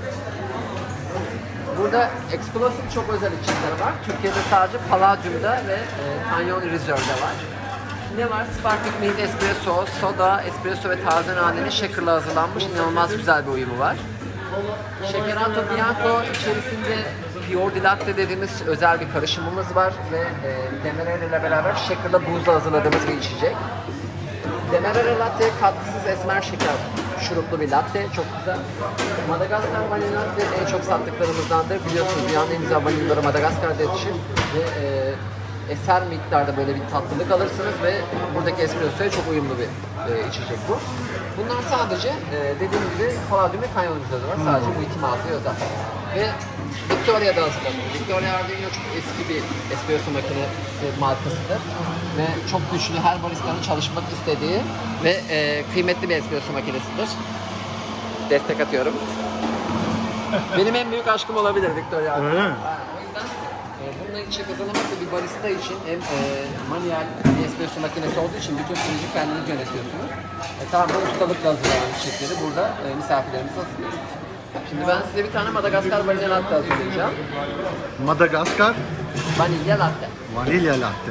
Speaker 2: Burada Explosive çok özel içecekler var. Türkiye'de sadece Palladium'da ve e, Canyon Reserve'de var. Ne var? Sparkling Milk Espresso, soda, espresso ve taze nanenin shaker'la hazırlanmış inanılmaz güzel bir uyumu var. Shakerato Bianco içerisinde Fior di Latte dediğimiz özel bir karışımımız var ve e, Demerara ile beraber shaker'la buzla hazırladığımız bir içecek. Demerara Latte katkısız esmer şeker şuruplu bir latte, çok güzel. Madagaskar vanilya latte en çok sattıklarımızdandır. Biliyorsunuz dünyanın en güzel vanilyaları Madagaskar'da yetişir ve e, eser miktarda böyle bir tatlılık alırsınız ve buradaki espressoya çok uyumlu bir e, içecek bu. Bunlar sadece e, dediğim gibi Palladium ve Canyon Reserve'de var. Sadece bu iki mağazaya özel. Ve Victoria'da hazırlanıyor. Victoria Ardino çok eski bir espresso makinesi markasıdır. Ve çok güçlü, her baristanın çalışmak istediği ve e, kıymetli bir espresso makinesidir. Destek atıyorum. Benim en büyük aşkım olabilir Victoria Ardino.
Speaker 1: Öyle mi?
Speaker 2: Ha, o yüzden e, bununla içe kazanmak da bir barista için hem e, manuel bir espresso makinesi olduğu için bütün süreci kendiniz yönetiyorsunuz. E, tamamen ustalıkla hazırlanan içecekleri burada e, misafirlerimize hazırlıyoruz. Şimdi ben size bir tane Madagaskar vanilya latte hazırlayacağım.
Speaker 1: Madagaskar
Speaker 2: Vanilya latte.
Speaker 1: vanilya latte.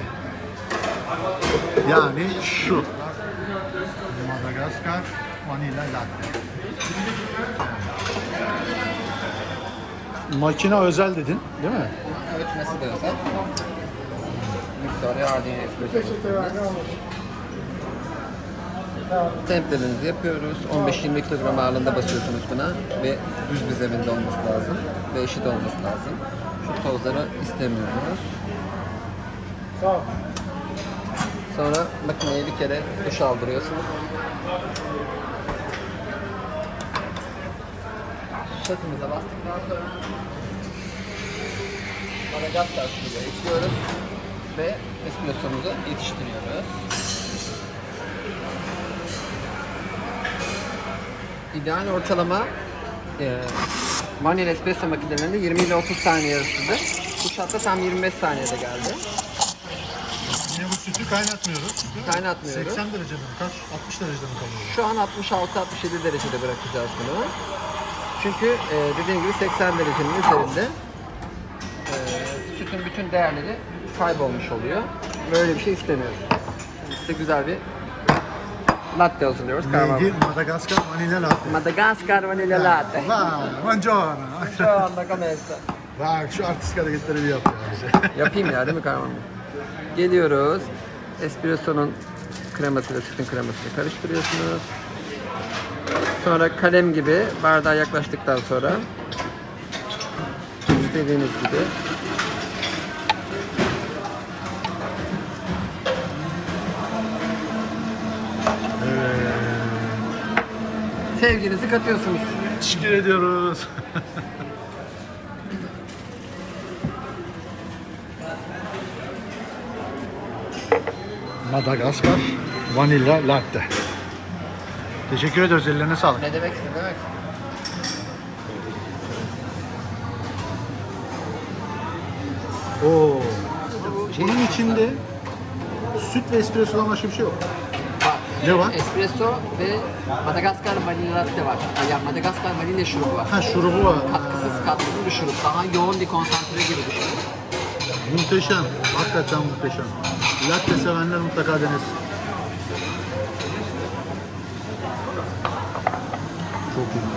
Speaker 1: Yani şu. Madagaskar vanilya latte. makine özel dedin, değil mi?
Speaker 2: Öğütmesi de özel. Victoria Ardini Espresso. Templerinizi yapıyoruz. on beş yirmi kilogram ağırlığında basıyorsunuz buna ve düz bir zeminde olması lazım ve eşit olması lazım. Şu tozları istemiyoruz. Sonra makineye bir kere duş aldırıyorsunuz. Şatımıza bastıktan sonra Madagaskar suyu ekliyoruz ve espressomuzu yetiştiriyoruz. İdeal ortalama e, vanilya espresso makinelerinde yirmi ile otuz saniye arasıdır. Bu şatta tam yirmi beş saniyede geldi.
Speaker 1: Yine bu sütü kaynatmıyoruz.
Speaker 2: Kaynatmıyoruz.
Speaker 1: seksen derecede mi? Kaç? altmış derecede mi kalıyor?
Speaker 2: Şu an altmış altı altmış yedi derecede bırakacağız bunu. Çünkü e, dediğim gibi seksen derecenin üzerinde e, sütün bütün değerleri kaybolmuş oluyor. Böyle bir şey istemiyoruz. Şimdi size güzel bir latte hazırlıyoruz.
Speaker 1: Neydi? Madagaskar vanilya latte.
Speaker 2: Madagaskar vanilya latte.
Speaker 1: Vay, buongiorno.
Speaker 2: Şu anda kamesta.
Speaker 1: Bak şu artistik hareketleri bir yap ya bize.
Speaker 2: Yapayım ya, değil mi Kahraman Bey? Geliyoruz. Espresso'nun kremasıyla sütün kremasıyla karıştırıyorsunuz. Sonra kalem gibi bardağa yaklaştıktan sonra istediğiniz gibi sevginizi katıyorsunuz.
Speaker 1: Teşekkür ediyoruz. Madagaskar vanilya latte. Teşekkür ediyoruz. Ellerine sağlık.
Speaker 2: Ne demek ne demek?
Speaker 1: Oo.
Speaker 2: Bu şey-
Speaker 1: Bunun içinde süt ve espressodan başka bir şey yok.
Speaker 2: Var.
Speaker 1: Ne var?
Speaker 2: Espresso ve Madagaskar vanilya latte var. Yani Madagaskar vanilya şurubu var.
Speaker 1: Ha şurubu var.
Speaker 2: Katkısız katkısız bir şurup. Daha yoğun bir konsantre gibi düşünün.
Speaker 1: Muhteşem. Hakikaten muhteşem. Latte sevenler mutlaka denesin. Çok iyi.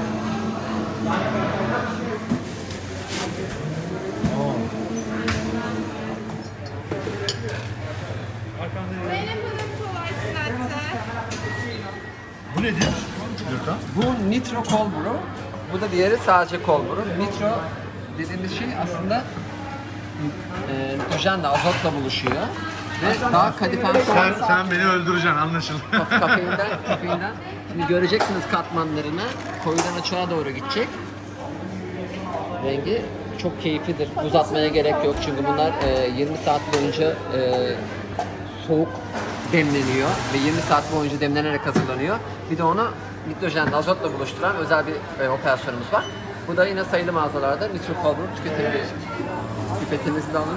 Speaker 4: Benim bunun tuvalet latte.
Speaker 1: Bu nedir? Gürkan?
Speaker 2: Bu nitro cold brew. Bu da diğeri sadece cold brew. Nitro dediğimiz şey aslında e, nitrojenle, azotla buluşuyor. Ve daha kadifen
Speaker 1: Sen, sen beni öldüreceksin anlaşıldı.
Speaker 2: kafeinden, kafeinden. Şimdi göreceksiniz katmanlarını. Koyudan açığa doğru gidecek. Rengi çok keyiflidir. Uzatmaya gerek yok çünkü bunlar e, yirmi saat boyunca e, soğuk demleniyor ve yirmi saat boyunca demlenerek hazırlanıyor. Bir de onu nitrojenle, azotla buluşturan özel bir e, operasyonumuz var. Bu da yine sayılı mağazalarda nitro cold brew tüketebiliyor. Pipetinizi de alın.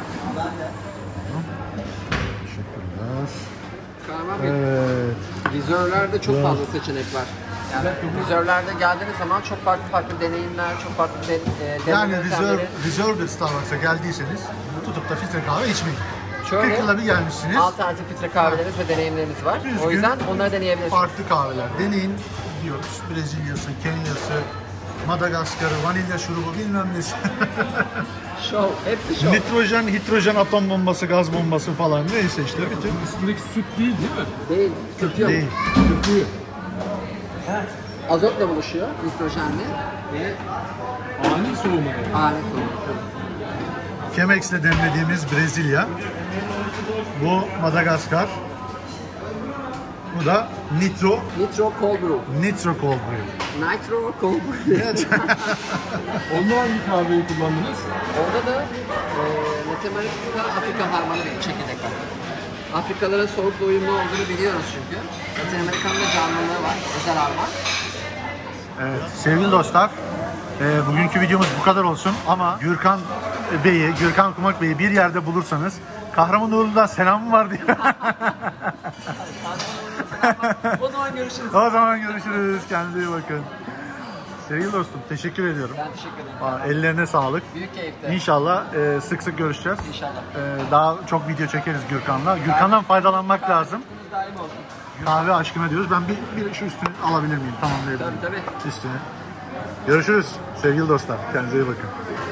Speaker 1: Teşekkürler.
Speaker 2: Kahraman Bey,
Speaker 1: Evet.
Speaker 2: vizörlerde çok fazla seçenek var. Yani vizörlerde geldiğiniz zaman çok farklı farklı deneyimler, çok farklı de, e, deneme
Speaker 1: Yani
Speaker 2: yöntemleri.
Speaker 1: Reserve, Reserve bir Starbucks'a geldiyseniz tutup da filtre kahve içmeyin.
Speaker 2: Şöyle,
Speaker 1: kırk yılda bir gelmişsiniz.
Speaker 2: alternatif filtre kahvelerimiz ve deneyimlerimiz var.
Speaker 1: Düzgün,
Speaker 2: O yüzden onları deneyebilirsiniz.
Speaker 1: Farklı kahveler deneyin diyoruz. Brezilya'sı, Kenya'sı, Madagaskar'ı, vanilya şurubu bilmem nesi.
Speaker 2: Şov, hepsi şov.
Speaker 1: Nitrojen, hidrojen atom bombası, gaz bombası falan neyse işte bütün.
Speaker 3: Üstündeki süt değil değil mi?
Speaker 2: Değil, köpüyor.
Speaker 1: Değil.
Speaker 3: Köpüğü.
Speaker 2: Azotla buluşuyor, nitrojenle ve
Speaker 3: Ani soğuma yani.
Speaker 2: ani soğuk.
Speaker 1: Chemex'le demlediğimiz Brezilya. Bu Madagaskar. Bu da Nitro,
Speaker 2: Nitro cold brew.
Speaker 1: Nitro Cold Brew.
Speaker 2: Nitro cold brew.
Speaker 1: Evet.
Speaker 3: Onda hangi kahveyi kullandınız?
Speaker 2: Orada da e, Latin Amerika'da Afrika harmanı bir çekirdek var. Afrikalıların soğukla uyumlu olduğunu biliyoruz çünkü. Latin Amerika'nın da canlılığı var, özel harman.
Speaker 1: Evet, sevgili dostlar, e, bugünkü videomuz bu kadar olsun ama Gürkan Bey'i, Gürkan Kumak Bey'i bir yerde bulursanız Kahramanoğlu'dan selamım var diye.
Speaker 2: O zaman görüşürüz.
Speaker 1: O zaman görüşürüz. Kendinize iyi bakın. Sevgili dostum, teşekkür ediyorum.
Speaker 2: Ben teşekkür ederim.
Speaker 1: Aa, ellerine sağlık.
Speaker 2: Büyük keyifte.
Speaker 1: İnşallah e, sık sık görüşeceğiz.
Speaker 2: İnşallah.
Speaker 1: E, daha çok video çekeriz Gürkan'la. Gürkan'dan faydalanmak lazım.
Speaker 2: Daim olsun.
Speaker 1: Kahve aşkına diyoruz. Ben bir, bir şu üstünü alabilir miyim? Tamamlayabilir miyim?
Speaker 2: Tabii tabii.
Speaker 1: Üstünü. Görüşürüz sevgili dostlar. Kendinize iyi bakın.